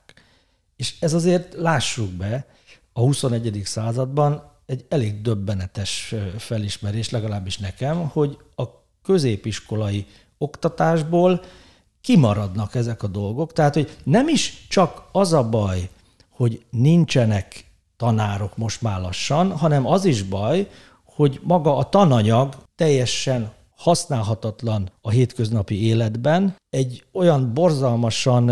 És ez azért, lássuk be, a huszonegyedik században egy elég döbbenetes felismerés, legalábbis nekem, hogy a középiskolai oktatásból kimaradnak ezek a dolgok. Tehát, hogy nem is csak az a baj, hogy nincsenek tanárok most már lassan, hanem az is baj, hogy maga a tananyag teljesen használhatatlan a hétköznapi életben. Egy olyan borzalmasan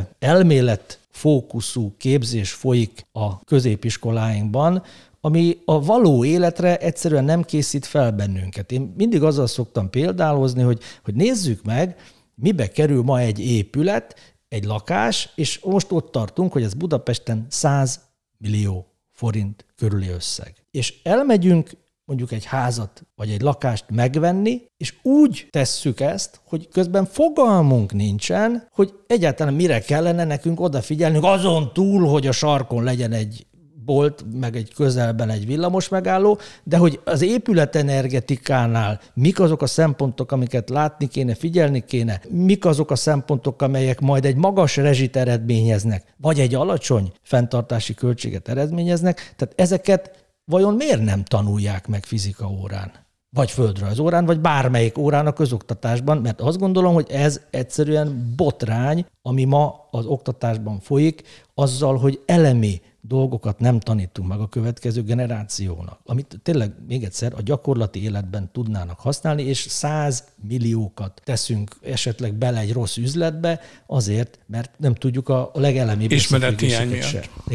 elméletfókuszú képzés folyik a középiskoláinkban, ami a való életre egyszerűen nem készít fel bennünket. Én mindig azzal szoktam példálozni, hogy, hogy nézzük meg, mibe kerül ma egy épület, egy lakás, és most ott tartunk, hogy ez Budapesten száz millió forint körüli összeg. És elmegyünk mondjuk egy házat vagy egy lakást megvenni, és úgy tesszük ezt, hogy közben fogalmunk nincsen, hogy egyáltalán mire kellene nekünk odafigyelnünk, azon túl, hogy a sarkon legyen egy bolt, meg egy közelben egy villamos megálló, de hogy az épületenergetikánál mik azok a szempontok, amiket látni kéne, figyelni kéne, mik azok a szempontok, amelyek majd egy magas rezsit eredményeznek, vagy egy alacsony fenntartási költséget eredményeznek, tehát ezeket vajon miért nem tanulják meg fizika órán, vagy földrajz órán, vagy bármelyik órán a közoktatásban, mert azt gondolom, hogy ez egyszerűen botrány, ami ma az oktatásban folyik, azzal, hogy elemi dolgokat nem tanítunk meg a következő generációnak, amit tényleg még egyszer a gyakorlati életben tudnának használni, és száz milliókat teszünk esetleg bele egy rossz üzletbe azért, mert nem tudjuk a legelemibb ismerethiány miatt. Igen.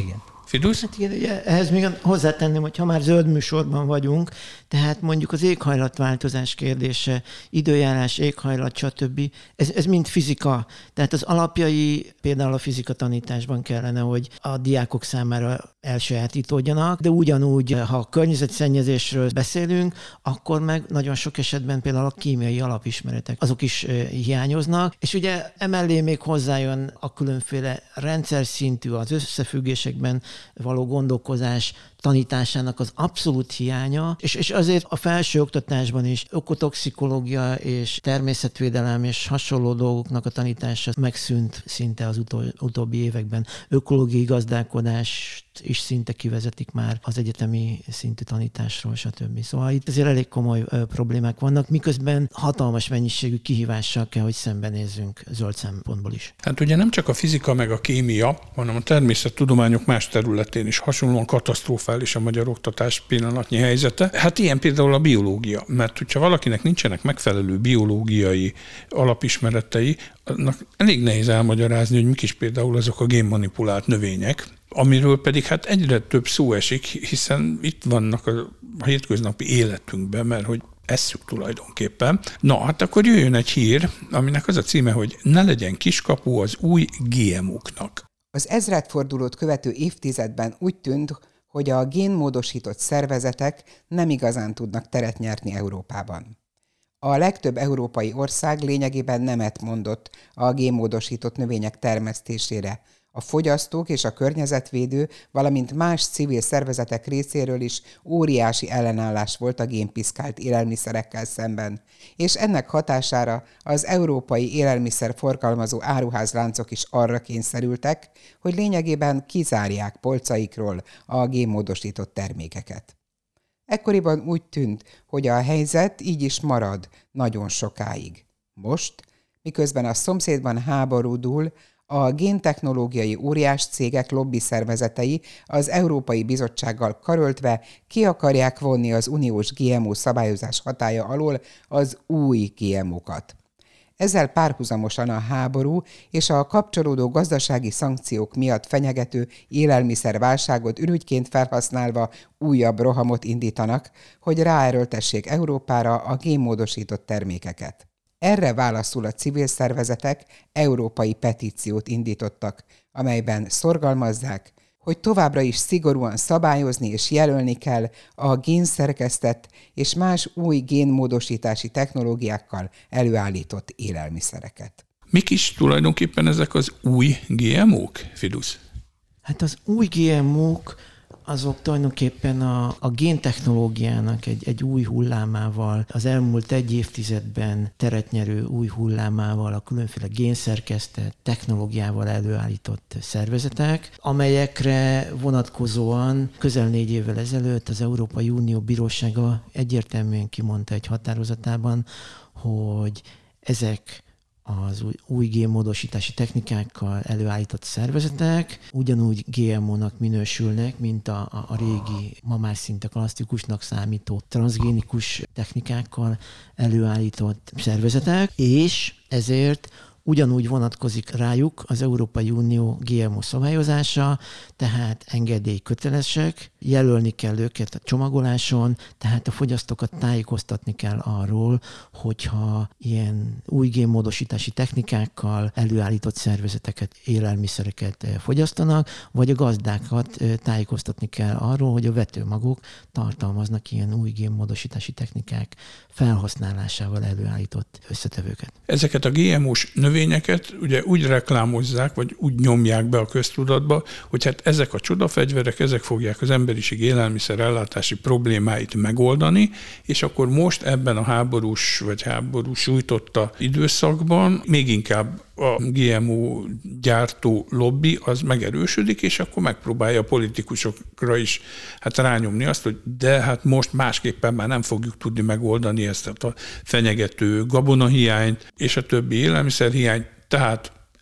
Fidusz? Hát igen, ugye, ehhez még hozzátenném, hogy ha már zöld műsorban vagyunk, tehát mondjuk az éghajlatváltozás kérdése, időjárás, éghajlat, stb. Ez, ez mind fizika. Tehát az alapjai például a fizika tanításban kellene, hogy a diákok számára elsajátítódjanak, de ugyanúgy, ha a környezetszennyezésről beszélünk, akkor meg nagyon sok esetben például a kémiai alapismeretek, azok is hiányoznak, és ugye emellé még hozzájön a különféle rendszer szintű, az összefüggésekben való gondolkozás tanításának az abszolút hiánya, és, és azért a felső oktatásban is ökotoxikológia és természetvédelem és hasonló dolgoknak a tanítása megszűnt szinte az utol, utóbbi években. Ökológiai gazdálkodást is szinte kivezetik már az egyetemi szintű tanításról, stb. Szóval itt azért elég komoly ö, problémák vannak, miközben hatalmas mennyiségű kihívással kell, hogy szembenézzünk zöld szempontból is. Hát ugye nem csak a fizika meg a kémia, hanem a természettudományok más területén is hasonlóan katasztrofális a magyar oktatás pillanatnyi helyzete. Hát ilyen például a biológia, mert hogyha valakinek nincsenek megfelelő biológiai alapismeretei, annak elég nehéz elmagyarázni, hogy mik is például azok a génmanipulált növények, amiről pedig hát egyre több szó esik, hiszen itt vannak a hétköznapi életünkben, mert hogy esszük tulajdonképpen. Na, hát akkor jöjjön egy hír, aminek az a címe, hogy ne legyen kiskapu az új gé em ó-knak. Az ezredfordulót követő évtizedben úgy tűnt, hogy a génmódosított szervezetek nem igazán tudnak teret nyerni Európában. A legtöbb európai ország lényegében nemet mondott a génmódosított növények termesztésére. A fogyasztók és a környezetvédő, valamint más civil szervezetek részéről is óriási ellenállás volt a génpiszkált élelmiszerekkel szemben, és ennek hatására az európai élelmiszer forgalmazó áruházláncok is arra kényszerültek, hogy lényegében kizárják polcaikról a génmódosított termékeket. Ekkoriban úgy tűnt, hogy a helyzet így is marad nagyon sokáig. Most, miközben a szomszédban háború dúl, a géntechnológiai óriás cégek lobby szervezetei az Európai Bizottsággal karöltve ki akarják vonni az uniós gé em ó szabályozás hatálya alól az új gé em ó-kat. Ezzel párhuzamosan a háború és a kapcsolódó gazdasági szankciók miatt fenyegető élelmiszerválságot ürügyként felhasználva újabb rohamot indítanak, hogy ráerőltessék Európára a génmódosított termékeket. Erre válaszul a civil szervezetek európai petíciót indítottak, amelyben szorgalmazzák, hogy továbbra is szigorúan szabályozni és jelölni kell a génszerkesztett és más új génmódosítási technológiákkal előállított élelmiszereket. Mik is tulajdonképpen ezek az új gé em ó-k, Fidusz? Hát az új gé em ó-k azok tulajdonképpen a, a géntechnológiának egy, egy új hullámával, az elmúlt egy évtizedben teret nyerő új hullámával, a különféle génszerkesztett technológiával előállított szervezetek, amelyekre vonatkozóan közel négy évvel ezelőtt az Európai Unió Bírósága egyértelműen kimondta egy határozatában, hogy ezek az új, új génmódosítási technikákkal előállított szervezetek ugyanúgy gé em ó-nak minősülnek, mint a, a, a régi, ma már szinte klasszikusnak számító transzgénikus technikákkal előállított szervezetek, és ezért ugyanúgy vonatkozik rájuk az Európai Unió gé em ó szabályozása, tehát engedély kötelesek, jelölni kell őket a csomagoláson, tehát a fogyasztókat tájékoztatni kell arról, hogyha ilyen új génmódosítási technikákkal előállított szervezeteket, élelmiszereket fogyasztanak, vagy a gazdákat tájékoztatni kell arról, hogy a vetőmagok tartalmaznak ilyen új génmódosítási technikák felhasználásával előállított összetevőket. Ezeket a gé em ó-s növényeket ugye úgy reklámozzák, vagy úgy nyomják be a köztudatba, hogy hát ezek a csodafegyverek, ezek fogják az emberiség élelmiszer ellátási problémáit megoldani, és akkor most ebben a háborús vagy háborús sújtotta időszakban még inkább a gé em ó gyártó lobby az megerősödik, és akkor megpróbálja a politikusokra is hát rányomni azt, hogy de hát most másképpen már nem fogjuk tudni megoldani ezt a fenyegető gabonahiányt és a többi élelmiszerhiányt, tehát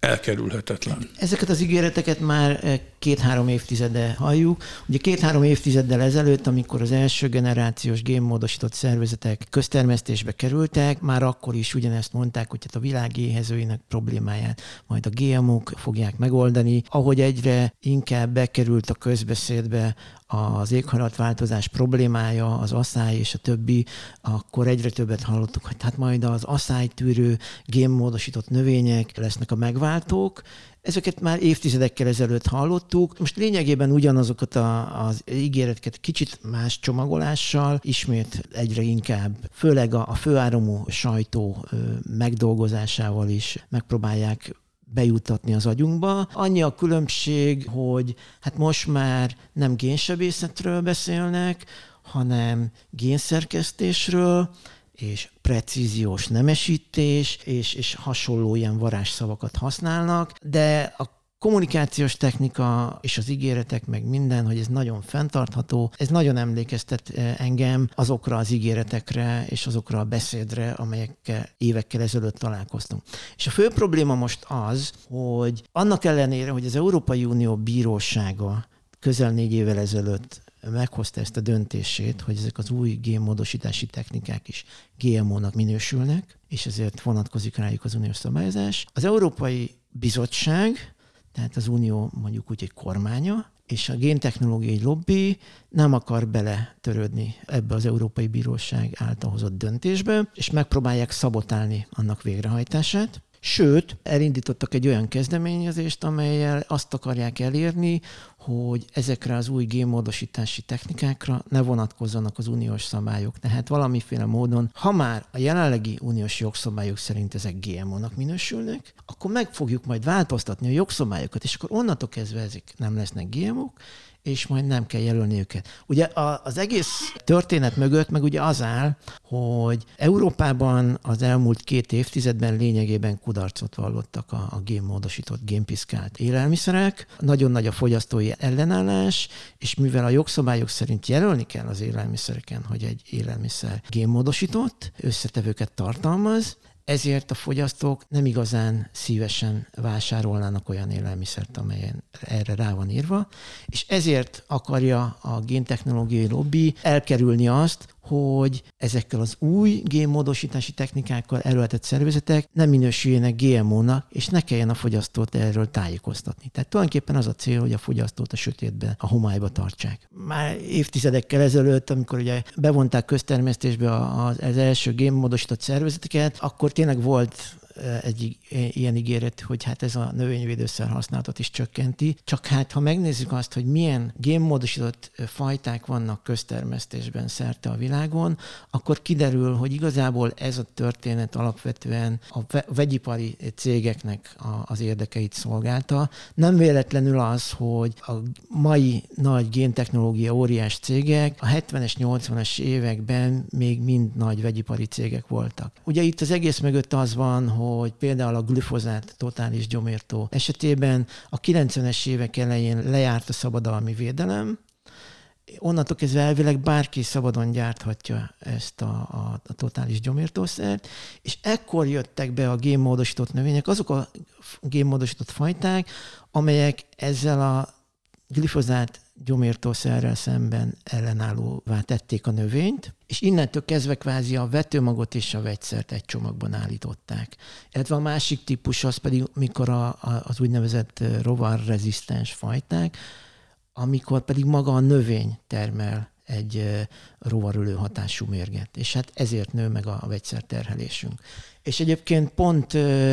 elkerülhetetlen. Ezeket az ígéreteket már két-három évtizede halljuk. Ugye két-három évtizeddel ezelőtt, amikor az első generációs génmódosított szervezetek köztermesztésbe kerültek, már akkor is ugyanezt mondták, hogy hát a világ éhezőinek problémáját majd a gé em ó-k fogják megoldani. Ahogy egyre inkább bekerült a közbeszédbe az éghajlatváltozás problémája, az asszály és a többi, akkor egyre többet hallottuk, hogy hát majd az asszálytűrő génmódosított növények lesznek a megváltók. Ezeket már évtizedekkel ezelőtt hallottuk. Most lényegében ugyanazokat a, az ígéreteket kicsit más csomagolással, ismét egyre inkább, főleg a, a főáramú sajtó megdolgozásával is megpróbálják bejuttatni az agyunkba. Annyi a különbség, hogy hát most már nem génsebészetről beszélnek, hanem génszerkesztésről, és precíziós nemesítés, és, és hasonló ilyen varázsszavakat használnak, de a kommunikációs technika és az ígéretek, meg minden, hogy ez nagyon fenntartható, ez nagyon emlékeztet engem azokra az ígéretekre és azokra a beszédre, amelyekkel évekkel ezelőtt találkoztunk. És a fő probléma most az, hogy annak ellenére, hogy az Európai Unió bírósága közel négy évvel ezelőtt meghozta ezt a döntését, hogy ezek az új génmódosítási technikák is gé em ó-nak minősülnek, és ezért vonatkozik rájuk az uniós szabályozás. Az Európai Bizottság, tehát az Unió mondjuk úgy egy kormánya, és a géntechnológiai lobby nem akar beletörődni ebbe az Európai Bíróság által hozott döntésbe, és megpróbálják szabotálni annak végrehajtását. Sőt, elindítottak egy olyan kezdeményezést, amellyel azt akarják elérni, hogy ezekre az új génmódosítási technikákra ne vonatkozzanak az uniós szabályok. Tehát valamiféle módon, ha már a jelenlegi uniós jogszabályok szerint ezek gé em ó-nak minősülnek, akkor meg fogjuk majd változtatni a jogszabályokat, és akkor onnantól kezdve ezek nem lesznek gé em ó-k, és majd nem kell jelölni őket. Ugye az egész történet mögött meg ugye az áll, hogy Európában az elmúlt két évtizedben lényegében kudarcot vallottak a, a génmódosított, génpiszkált élelmiszerek. Nagyon nagy a fogyasztói ellenállás, és mivel a jogszabályok szerint jelölni kell az élelmiszereken, hogy egy élelmiszer génmódosított, összetevőket tartalmaz, ezért a fogyasztók nem igazán szívesen vásárolnának olyan élelmiszert, amelyen erre rá van írva, és ezért akarja a géntechnológiai lobby elkerülni azt, hogy ezekkel az új génmódosítási technikákkal erőltetett szervezetek nem minősüljenek gé em ó-nak, és ne kelljen a fogyasztót erről tájékoztatni. Tehát tulajdonképpen az a cél, hogy a fogyasztót a sötétbe, a homályba tartsák. Már évtizedekkel ezelőtt, amikor ugye bevonták köztermesztésbe az első génmódosított szervezeteket, akkor tényleg volt egy ilyen ígéret, hogy hát ez a növényvédőszer használatot is csökkenti. Csak hát, ha megnézzük azt, hogy milyen génmódosított fajták vannak köztermesztésben szerte a világon, akkor kiderül, hogy igazából ez a történet alapvetően a vegyipari cégeknek az érdekeit szolgálta. Nem véletlenül az, hogy a mai nagy géntechnológia óriás cégek a hetvenes, nyolcvanas években még mind nagy vegyipari cégek voltak. Ugye itt az egész mögött az van, hogy hogy például a glifozát totális gyomírtó esetében a kilencvenes évek elején lejárt a szabadalmi védelem, onnantól kezdve elvileg bárki szabadon gyárthatja ezt a, a, a totális gyomírtószert, és ekkor jöttek be a génmódosított növények, azok a génmódosított fajták, amelyek ezzel a glifozát gyomírtószerrel szemben ellenállóvá tették a növényt, és innentől kezdve kvázi a vetőmagot és a vegyszert egy csomagban állították. Illetve a másik típus az pedig, mikor a, a, az úgynevezett rovarrezisztens fajták, amikor pedig maga a növény termel egy rovarölő hatású mérget. És hát ezért nő meg a vegyszerterhelésünk. És egyébként pont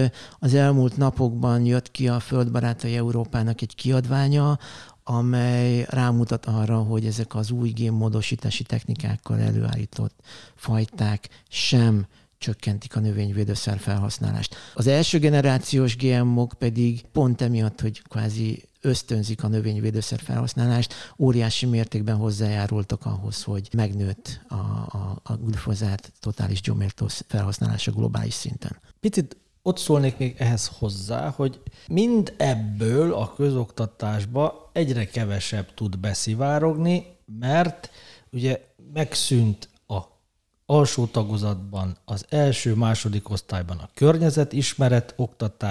az elmúlt napokban jött ki a Földbarátai Európának egy kiadványa, amely rámutat arra, hogy ezek az új génmódosítási technikákkal előállított fajták sem csökkentik a növényvédőszer felhasználást. Az első generációs gé em ó-k pedig pont emiatt, hogy kvázi ösztönzik a növényvédőszer felhasználást, óriási mértékben hozzájárultak ahhoz, hogy megnőtt a, a, a glifozát totális gyomírtó felhasználása globális szinten. Picit ott szólnék még ehhez hozzá, hogy mind ebből a közoktatásba egyre kevesebb tud beszivárogni, mert ugye megszűnt a alsó tagozatban az első-második osztályban a környezetismeret oktatás,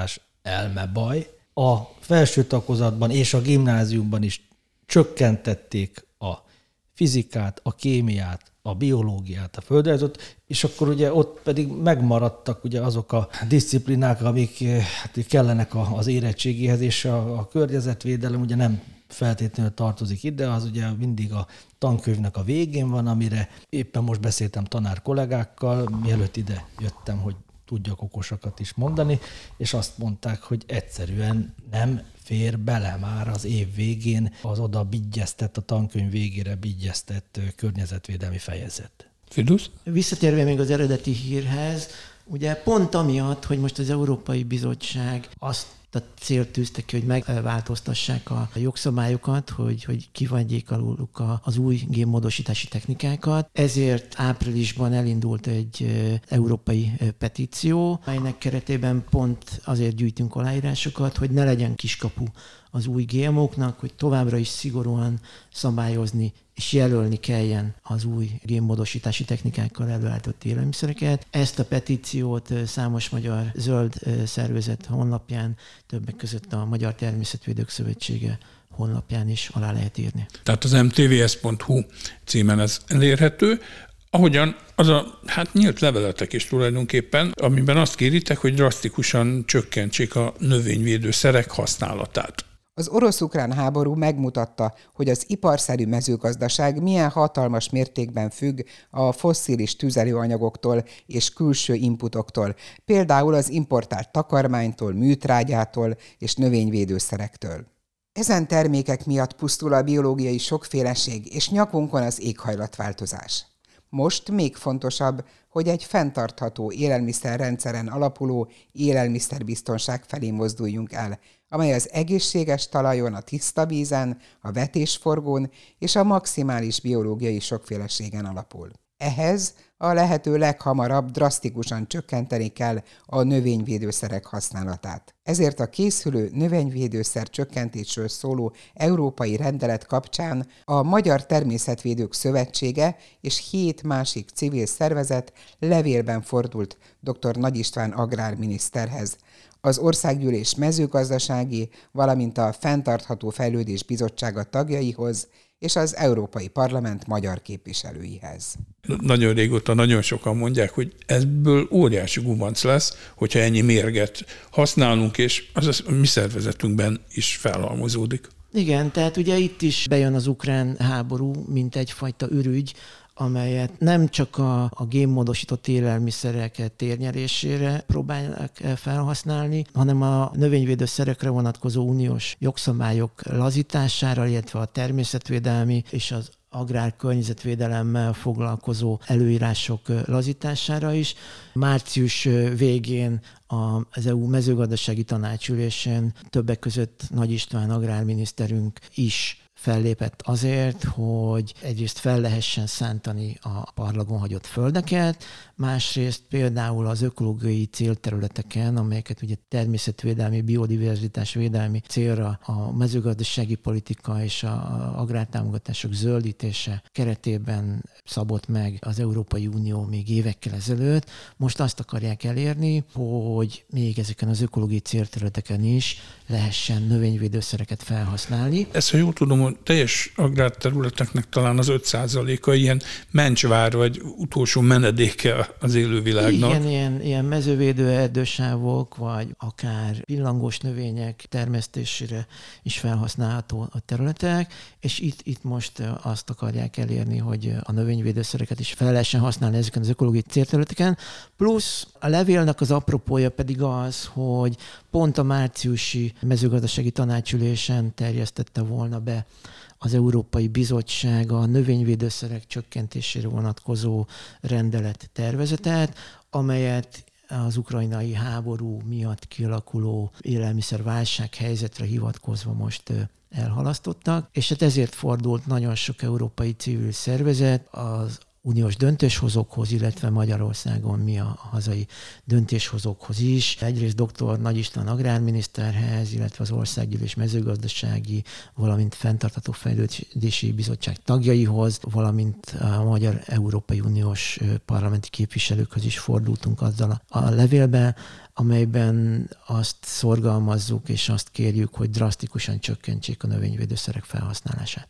elmebaj. A felső takozatban és a gimnáziumban is csökkentették a fizikát, a kémiát, a biológiát, a földrajzot, és akkor ugye ott pedig megmaradtak ugye azok a disziplinák, amik hát kellenek az érettségéhez, és a, a környezetvédelem ugye nem feltétlenül tartozik ide, az ugye mindig a tankönyvnek a végén van, amire éppen most beszéltem tanár kollégákkal, mielőtt ide jöttem, hogy tudjak okosakat is mondani, és azt mondták, hogy egyszerűen nem fér bele már az év végén az oda bigyeztett, a tankönyv végére bigyeztett környezetvédelmi fejezet. Fidusz? Visszatérve még az eredeti hírhez, ugye pont amiatt, hogy most az Európai Bizottság azt a célt tűzte ki, hogy megváltoztassák a jogszabályokat, hogy, hogy kivegyék aluluk az új génmódosítási technikákat. Ezért áprilisban elindult egy európai petíció, melynek keretében pont azért gyűjtünk aláírásokat, hogy ne legyen kiskapu az új gé em óknak, hogy továbbra is szigorúan szabályozni és jelölni kelljen az új génmódosítási technikákkal előállított élelmiszereket. Ezt a petíciót számos magyar zöld szervezet honlapján, többek között a Magyar Természetvédők Szövetsége honlapján is alá lehet írni. Tehát az em té vé es pont hú címen ez elérhető. Ahogyan az a hát nyílt leveletek is tulajdonképpen, amiben azt kéritek, hogy drasztikusan csökkentsék a növényvédőszerek használatát. Az orosz-ukrán háború megmutatta, hogy az iparszerű mezőgazdaság milyen hatalmas mértékben függ a fosszilis tüzelőanyagoktól és külső inputoktól, például az importált takarmánytól, műtrágyától és növényvédőszerektől. Ezen termékek miatt pusztul a biológiai sokféleség és nyakunkon az éghajlatváltozás. Most még fontosabb, hogy egy fenntartható élelmiszerrendszeren alapuló élelmiszerbiztonság felé mozduljunk el, amely az egészséges talajon, a tiszta vízen, a vetésforgón és a maximális biológiai sokféleségen alapul. Ehhez a lehető leghamarabb drasztikusan csökkenteni kell a növényvédőszerek használatát. Ezért a készülő növényvédőszer csökkentésről szóló európai rendelet kapcsán a Magyar Természetvédők Szövetsége és hét másik civil szervezet levélben fordult dr. Nagy István agrárminiszterhez, az Országgyűlés mezőgazdasági, valamint a Fenntartható Fejlődés Bizottsága tagjaihoz és az Európai Parlament magyar képviselőihez. Nagyon régóta nagyon sokan mondják, hogy ebből óriási gubanc lesz, hogyha ennyi mérget használunk, és az a mi szervezetünkben is felhalmozódik. Igen, tehát ugye itt is bejön az ukrán háború, mint egyfajta ürügy, amelyet nem csak a, a génmódosított élelmiszerek térnyerésére próbálják felhasználni, hanem a növényvédőszerekre vonatkozó uniós jogszabályok lazítására, illetve a természetvédelmi és az agrárkörnyezetvédelemmel foglalkozó előírások lazítására is. Március végén az é u mezőgazdasági tanácsülésén többek között Nagy István agrárminiszterünk is fellépett azért, hogy egyrészt fel lehessen szántani a parlagon hagyott földeket, másrészt például az ökológiai célterületeken, amelyeket ugye természetvédelmi, biodiverzitás védelmi célra a mezőgazdasági politika és a agrártámogatások zöldítése keretében szabott meg az Európai Unió még évekkel ezelőtt. Most azt akarják elérni, hogy még ezeken az ökológiai célterületeken is lehessen növényvédőszereket felhasználni. Ezt, ha jól tudom, a teljes agrárterületeknek talán az öt százaléka ilyen mencsvár vagy utolsó menedéke az élővilágnak. Igen, ilyen, ilyen mezővédő erdősávok, vagy akár pillangós növények termesztésére is felhasználható a területek, és itt, itt most azt akarják elérni, hogy a növényvédőszereket is fel lehessen használni ezeken az ökológiai célterületeken, plusz a levélnek az apropója pedig az, hogy pont a márciusi mezőgazdasági tanácsülésen terjesztette volna be az Európai Bizottság a növényvédőszerek csökkentésére vonatkozó rendelet tervezetet, amelyet az ukrajnai háború miatt kialakuló élelmiszerválság helyzetre hivatkozva most elhalasztottak, és hát ezért fordult nagyon sok európai civil szervezet az uniós döntéshozókhoz, illetve Magyarországon mi a hazai döntéshozókhoz is. Egyrészt dr. Nagy István agrárminiszterhez, illetve az Országgyűlés mezőgazdasági, valamint fenntartható fejlődési bizottság tagjaihoz, valamint a Magyar Európai Uniós parlamenti képviselőkhöz is fordultunk azzal a levélben, amelyben azt szorgalmazzuk és azt kérjük, hogy drasztikusan csökkentsék a növényvédőszerek felhasználását.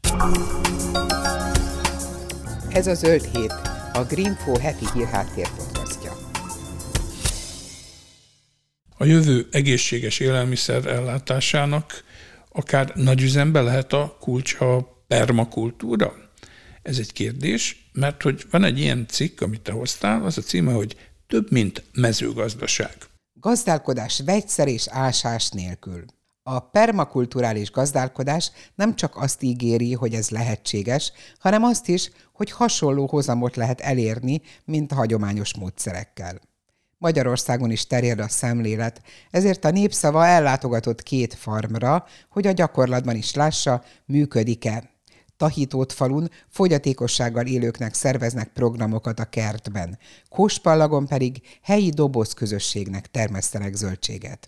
Ez a Zöld Hét, a Greenfo heti hírháttér podcastja. A jövő egészséges élelmiszer ellátásának akár nagyüzemben lehet a kulcs a permakultúra? Ez egy kérdés, mert hogy van egy ilyen cikk, amit te hoztál, az a címe, hogy több, mint mezőgazdaság. Gazdálkodás vegyszer és ásás nélkül. A permakulturális gazdálkodás nem csak azt ígéri, hogy ez lehetséges, hanem azt is, hogy hasonló hozamot lehet elérni, mint a hagyományos módszerekkel. Magyarországon is terjed a szemlélet, ezért a Népszava ellátogatott két farmra, hogy a gyakorlatban is lássa, működik-e. Tahitótfalun fogyatékossággal élőknek szerveznek programokat a kertben, Kóspallagon pedig helyi dobozközösségnek termesztenek zöldséget.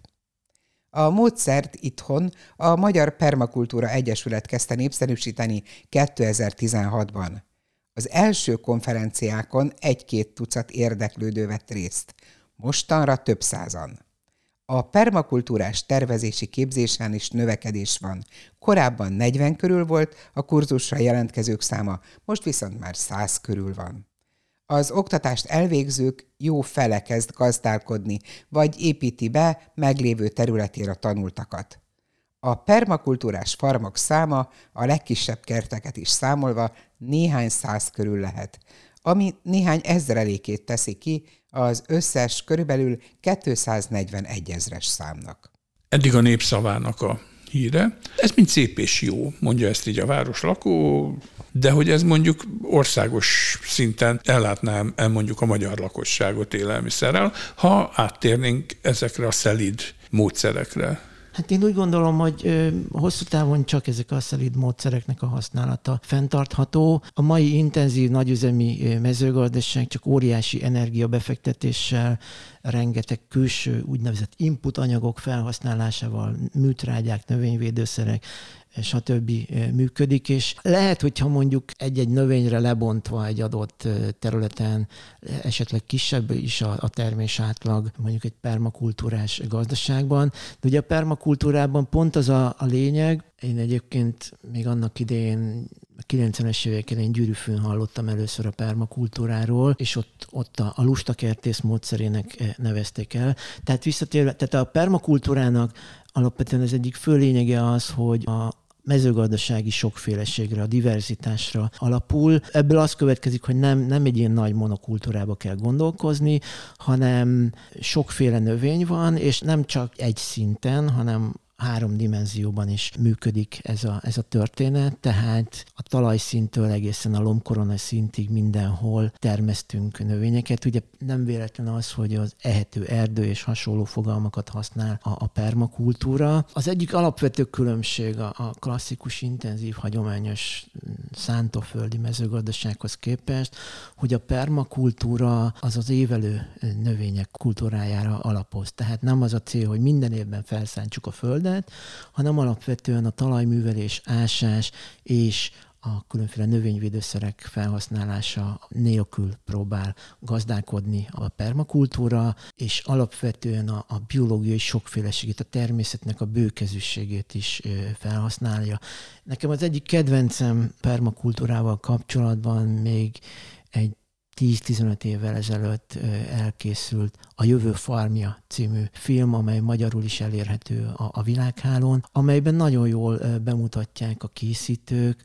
A módszert itthon a Magyar Permakultúra Egyesület kezdte népszerűsíteni kétezer-tizenhatban. Az első konferenciákon egy-két tucat érdeklődő vett részt, mostanra több százan. A permakultúrás tervezési képzésen is növekedés van. Korábban negyven körül volt a kurzusra jelentkezők száma, most viszont már száz körül van. Az oktatást elvégzők jó fele kezd gazdálkodni, vagy építi be meglévő területére a tanultakat. A permakultúrás farmok száma a legkisebb kerteket is számolva néhány száz körül lehet, ami néhány ezrelékét teszi ki az összes körülbelül kétszáznegyvenegy ezres számnak. Eddig a Népszavának a híre. Ez mind szép és jó, mondja ezt így a városlakó, de hogy ez mondjuk országos szinten ellátná el mondjuk a magyar lakosságot élelmiszerrel, ha áttérnénk ezekre a szelíd módszerekre. Hát én úgy gondolom, hogy ö, hosszú távon csak ezek a szelíd módszereknek a használata fenntartható. A mai intenzív nagyüzemi mezőgazdaság csak óriási energiabefektetéssel, rengeteg külső úgynevezett input anyagok felhasználásával, műtrágyák, növényvédőszerek, stb. Működik, és lehet, hogyha mondjuk egy-egy növényre lebontva egy adott területen esetleg kisebb is a, a termés átlag, mondjuk egy permakultúrás gazdaságban, de ugye a permakultúrában pont az a, a lényeg, én egyébként még annak idején, a kilencvenes évek elején Gyűrűfőn hallottam először a permakultúráról, és ott, ott a, a lustakertész módszerének nevezték el. Tehát visszatérve, tehát a permakultúrának alapvetően az egyik fő lényege az, hogy a mezőgazdasági sokféleségre, a diverzitásra alapul. Ebből az következik, hogy nem, nem egy ilyen nagy monokultúrába kell gondolkozni, hanem sokféle növény van, és nem csak egy szinten, hanem három dimenzióban is működik ez a, ez a történet, tehát a talajszintől egészen a lombkorona szintig mindenhol termesztünk növényeket. Ugye nem véletlen az, hogy az ehető erdő és hasonló fogalmakat használ a, a permakultúra. Az egyik alapvető különbség a, a klasszikus, intenzív, hagyományos szántóföldi mezőgazdasághoz képest, hogy a permakultúra az az évelő növények kultúrájára alapoz. Tehát nem az a cél, hogy minden évben felszántsuk a földet, hanem alapvetően a talajművelés, ásás és a különféle növényvédőszerek felhasználása nélkül próbál gazdálkodni a permakultúra, és alapvetően a, a biológiai sokféleségét, a természetnek a bőkezűségét is felhasználja. Nekem az egyik kedvencem permakultúrával kapcsolatban még egy tíz-tizenöt évvel ezelőtt elkészült a Jövő farmja című film, amely magyarul is elérhető a, a világhálón, amelyben nagyon jól bemutatják a készítők,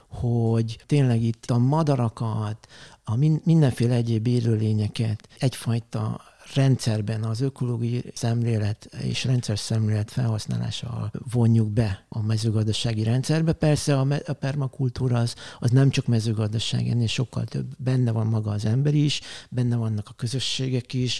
hogy tényleg itt a madarakat, a mindenféle egyéb élőlényeket egyfajta rendszerben az ökológiai szemlélet és rendszer szemlélet felhasználásával vonjuk be a mezőgazdasági rendszerbe. Persze a, me- a permakultúra az, az nem csak mezőgazdaság, ennél sokkal több. Benne van maga az ember is, benne vannak a közösségek is,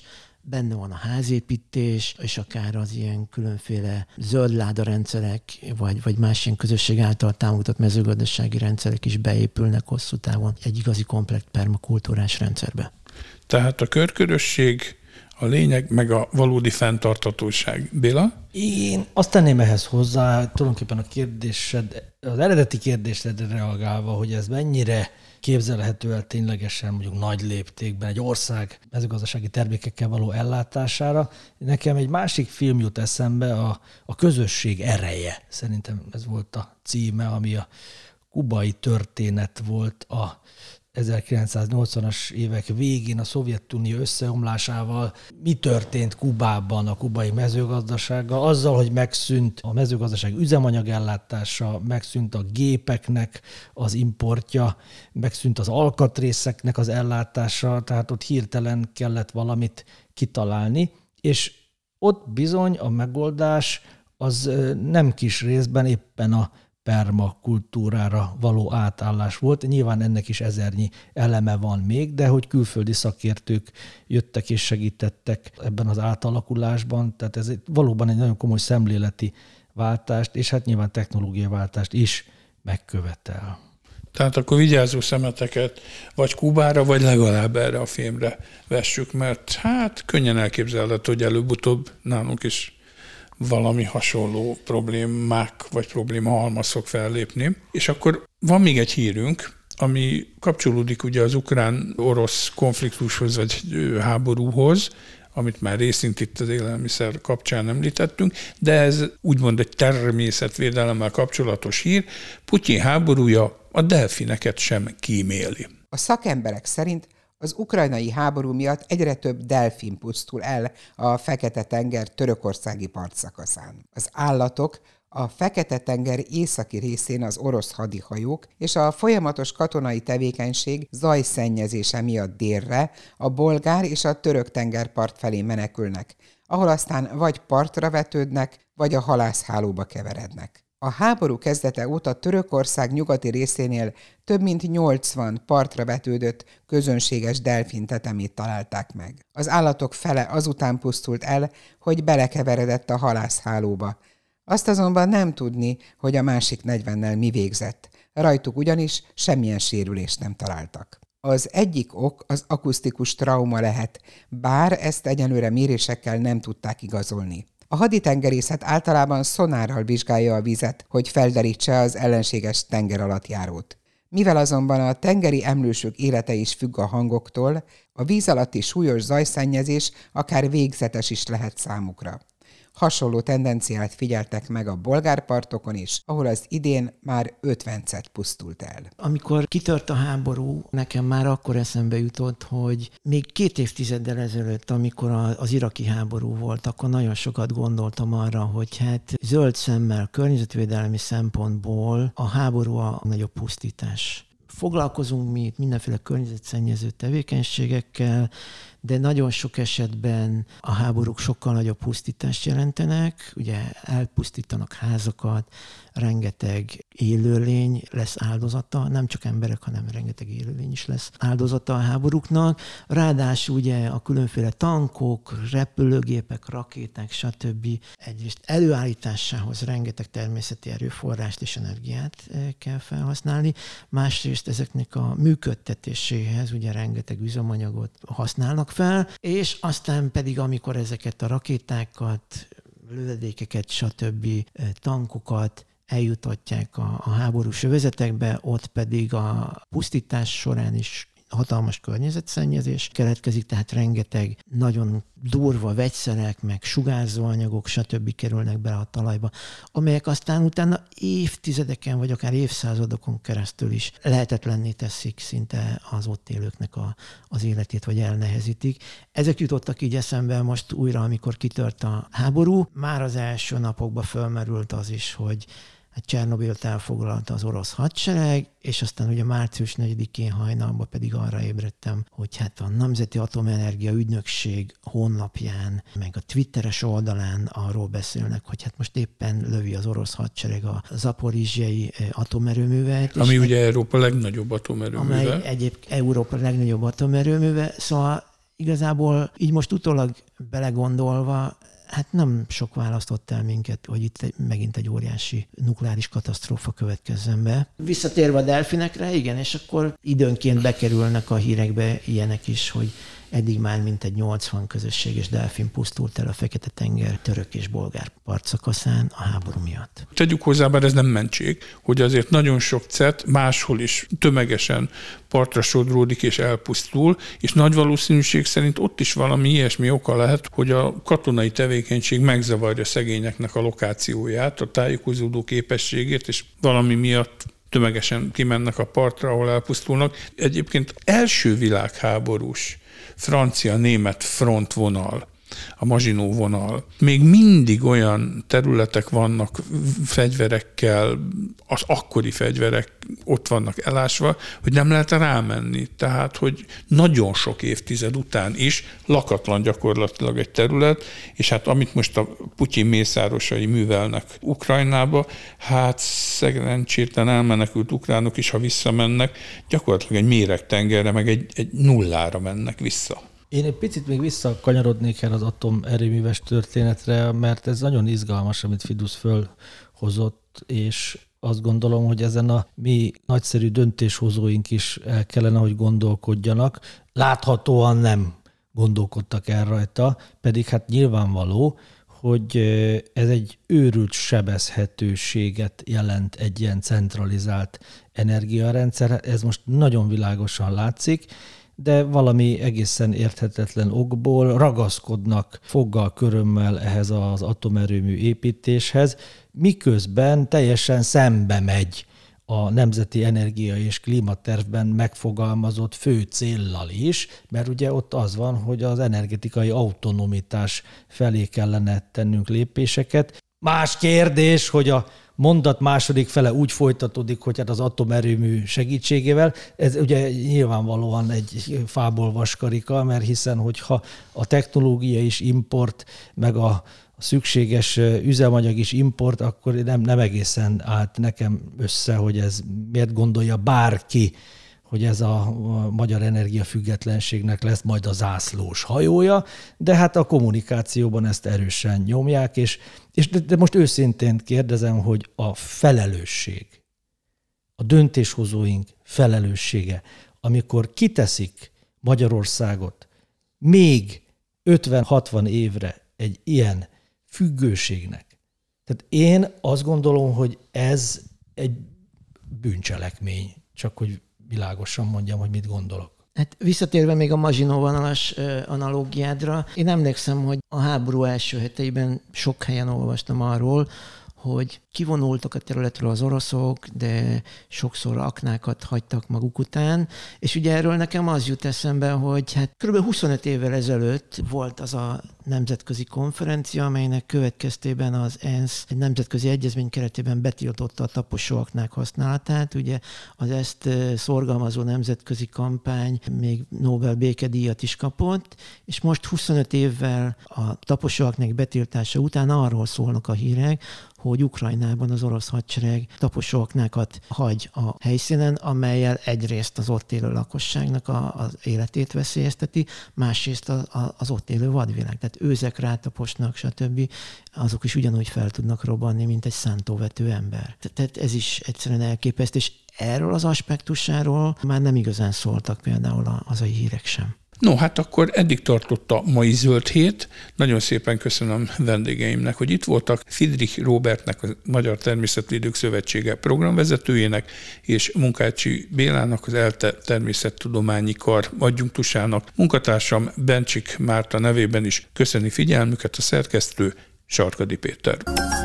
benne van a házépítés, és akár az ilyen különféle zöldláda rendszerek, vagy, vagy más ilyen közösség által támogatott mezőgazdasági rendszerek is beépülnek hosszú távon egy igazi komplett permakultúrás rendszerbe. Tehát a körkörösség a lényeg, meg a valódi fenntarthatóság. Béla? Én azt tenném ehhez hozzá, tulajdonképpen a kérdésed, az eredeti kérdésre reagálva, hogy ez mennyire képzelhető el ténylegesen mondjuk nagy léptékben egy ország mezőgazdasági termékekkel való ellátására. Nekem egy másik film jut eszembe, a, a Közösség ereje. Szerintem ez volt a címe, ami a kubai történet volt a ezerkilencszáznyolcvanas évek végén a Szovjetunió összeomlásával. Mi történt Kubában a kubai mezőgazdasággal? Azzal, hogy megszűnt a mezőgazdaság üzemanyagellátása, megszűnt a gépeknek az importja, megszűnt az alkatrészeknek az ellátása, tehát ott hirtelen kellett valamit kitalálni, és ott bizony a megoldás az nem kis részben éppen a permakultúrára való átállás volt. Nyilván ennek is ezernyi eleme van még, de hogy külföldi szakértők jöttek és segítettek ebben az átalakulásban, tehát ez valóban egy nagyon komoly szemléleti váltást, és hát nyilván technológiai váltást is megkövetel. Tehát akkor vigyázó szemeteket vagy Kubára, vagy legalább erre a filmre vessük, mert hát könnyen elképzelhető, hogy előbb-utóbb nálunk is valami hasonló problémák vagy probléma halmaz fog fellépni. És akkor van még egy hírünk, ami kapcsolódik ugye az ukrán-orosz konfliktushoz vagy háborúhoz, amit már részint itt az élelmiszer kapcsán említettünk, de ez úgymond egy természetvédelemmel kapcsolatos hír. Putyin háborúja a delfineket sem kíméli. A szakemberek szerint az ukrajnai háború miatt egyre több delfin pusztul el a Fekete-tenger törökországi partszakaszán. Az állatok a Fekete-tenger északi részén az orosz hadihajók és a folyamatos katonai tevékenység zajszennyezése miatt délre a bolgár és a török tengerpart felé menekülnek, ahol aztán vagy partra vetődnek, vagy a halászhálóba keverednek. A háború kezdete óta Törökország nyugati részénél több mint nyolcvan partra vetődött közönséges delfin tetemét találták meg. Az állatok fele azután pusztult el, hogy belekeveredett a halászhálóba. Azt azonban nem tudni, hogy a másik negyvennel mi végzett. Rajtuk ugyanis semmilyen sérülést nem találtak. Az egyik ok az akusztikus trauma lehet, bár ezt egyenlőre mérésekkel nem tudták igazolni. A haditengerészet általában szonárral vizsgálja a vizet, hogy felderítse az ellenséges tengeralattjárót. Mivel azonban a tengeri emlősök élete is függ a hangoktól, a víz alatti súlyos zajszennyezés akár végzetes is lehet számukra. Hasonló tendenciát figyeltek meg a bolgár partokon is, ahol az idén már ötvencet pusztult el. Amikor kitört a háború, nekem már akkor eszembe jutott, hogy még két évtizeddel ezelőtt, amikor az iraki háború volt, akkor nagyon sokat gondoltam arra, hogy hát zöld szemmel, környezetvédelmi szempontból a háború a nagyobb pusztítás. Foglalkozunk mi itt mindenféle környezetszennyező tevékenységekkel, de nagyon sok esetben a háborúk sokkal nagyobb pusztítást jelentenek, ugye elpusztítanak házakat, rengeteg élőlény lesz áldozata, nem csak emberek, hanem rengeteg élőlény is lesz áldozata a háborúknak. Ráadásul ugye a különféle tankok, repülőgépek, rakéták, stb. Egyrészt előállításához rengeteg természeti erőforrást és energiát kell felhasználni, másrészt ezeknek a működtetéséhez ugye rengeteg üzemanyagot használnak fel, és aztán pedig amikor ezeket a rakétákat, lövedékeket, stb. Tankokat eljutatják a, a háborús övezetekbe, ott pedig a pusztítás során is hatalmas környezetszennyezés keletkezik, tehát rengeteg nagyon durva vegyszerek, meg sugárzóanyagok, stb. Kerülnek bele a talajba, amelyek aztán utána évtizedeken, vagy akár évszázadokon keresztül is lehetetlenné teszik szinte az ott élőknek a, az életét, vagy elnehezítik. Ezek jutottak így eszembe most újra, amikor kitört a háború. Már az első napokban fölmerült az is, hogy hát Csernobilt elfoglalta az orosz hadsereg, és aztán ugye március negyedikén hajnalban pedig arra ébredtem, hogy hát a Nemzeti Atomenergia Ügynökség honlapján, meg a Twitteres oldalán arról beszélnek, hogy hát most éppen lövi az orosz hadsereg a zaporizsjai atomerőművet. Ami ugye Európa legnagyobb atomerőműve. Amely egyébként Európa legnagyobb atomerőműve, szóval igazából így most utólag belegondolva, hát nem sok választott el minket, hogy itt egy, megint egy óriási nukleáris katasztrófa következzen be. Visszatérve a delfinekre, igen, és akkor időnként bekerülnek a hírekbe ilyenek is, hogy eddig már mintegy nyolcvan közösséges delfin pusztult el a Fekete-tenger török és bolgár partszakaszán a háború miatt. Tegyük hozzá, bár ez nem mentség, hogy azért nagyon sok cet máshol is tömegesen partra sodródik és elpusztul, és nagy valószínűség szerint ott is valami ilyesmi oka lehet, hogy a katonai tevékenység megzavarja szegényeknek a lokációját, a tájékozódó képességét, és valami miatt tömegesen kimennek a partra, ahol elpusztulnak. Egyébként első világháborús francia-német frontvonal, a Maginot vonal. Még mindig olyan területek vannak fegyverekkel, az akkori fegyverek ott vannak elásva, hogy nem lehet rámenni. Tehát, hogy nagyon sok évtized után is lakatlan gyakorlatilag egy terület, és hát amit most a Putyin mészárosai művelnek Ukrajnába, hát szerencsétlen elmenekült ukránok is, ha visszamennek, gyakorlatilag egy méregtengerre, meg egy, egy nullára mennek vissza. Én egy picit még visszakanyarodnék el az atomerőműves történetre, mert ez nagyon izgalmas, amit Fidusz fölhozott, és azt gondolom, hogy ezen a mi nagyszerű döntéshozóink is el kellene, hogy gondolkodjanak. Láthatóan nem gondolkodtak el rajta, pedig hát nyilvánvaló, hogy ez egy őrült sebezhetőséget jelent egy ilyen centralizált energiarendszer. Ez most nagyon világosan látszik, de valami egészen érthetetlen okból ragaszkodnak foggal, körömmel ehhez az atomerőmű építéshez, miközben teljesen szembe megy a Nemzeti Energia és Klímatervben megfogalmazott fő céllal is, mert ugye ott az van, hogy az energetikai autonomitás felé kellene tennünk lépéseket. Más kérdés, hogy a mondat második fele úgy folytatódik, hogy hát az atomerőmű segítségével. Ez ugye nyilvánvalóan egy fából vaskarika, mert hiszen, hogyha a technológia is import, meg a szükséges üzemanyag is import, akkor nem, nem egészen állt nekem össze, hogy ez miért gondolja bárki, hogy ez a magyar energiafüggetlenségnek lesz majd a zászlós hajója, de hát a kommunikációban ezt erősen nyomják, és, és de, de most őszintén kérdezem, hogy a felelősség, a döntéshozóink felelőssége, amikor kiteszik Magyarországot még ötven-hatvan évre egy ilyen függőségnek. Tehát én azt gondolom, hogy ez egy bűncselekmény, csak hogy világosan mondjam, hogy mit gondolok. Hát visszatérve még a Maginot vonalas analógiádra, én emlékszem, hogy a háború első heteiben sok helyen olvastam arról, hogy kivonultak a területről az oroszok, de sokszor aknákat hagytak maguk után, és ugye erről nekem az jut eszembe, hogy hát kb. huszonöt évvel ezelőtt volt az a nemzetközi konferencia, amelynek következtében az ENSZ egy nemzetközi egyezmény keretében betiltotta a taposó aknák használatát. Ugye az ezt szorgalmazó nemzetközi kampány még Nobel békedíjat is kapott, és most huszonöt évvel a taposó aknák betiltása után arról szólnak a hírek, hogy Ukrajnában az orosz hadsereg taposó aknákat hagy a helyszínen, amellyel egyrészt az ott élő lakosságnak a, az életét veszélyezteti, másrészt a, a, az ott élő vadvilág. Tehát őzek rátaposnak, stb. Azok is ugyanúgy fel tudnak robbanni, mint egy szántóvető ember. Tehát ez is egyszerűen elképesztő, és erről az aspektusáról már nem igazán szóltak például a hazai hírek sem. No, hát akkor eddig tartott a mai Zöld Hét. Nagyon szépen köszönöm vendégeimnek, hogy itt voltak. Friedrich Róbertnek, a Magyar Természetvédők Szövetsége programvezetőjének, és Munkácsi Bélának, az ELTE Természettudományi Kar adjunktusának. Munkatársam Bencsik Márta nevében is köszöni figyelmüket, a szerkesztő Sarkadi Péter.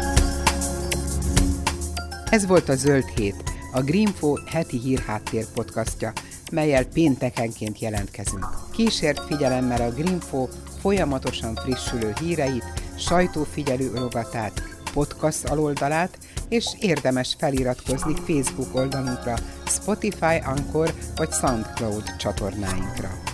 Ez volt a Zöld Hét, a Greenfo heti hírháttér podcastja, mellyel péntekenként jelentkezünk. Kísért figyelemmel a Greenfo folyamatosan frissülő híreit, sajtófigyelő rovatát, podcast aloldalát, és érdemes feliratkozni Facebook oldalunkra, Spotify, Anchor vagy SoundCloud csatornáinkra.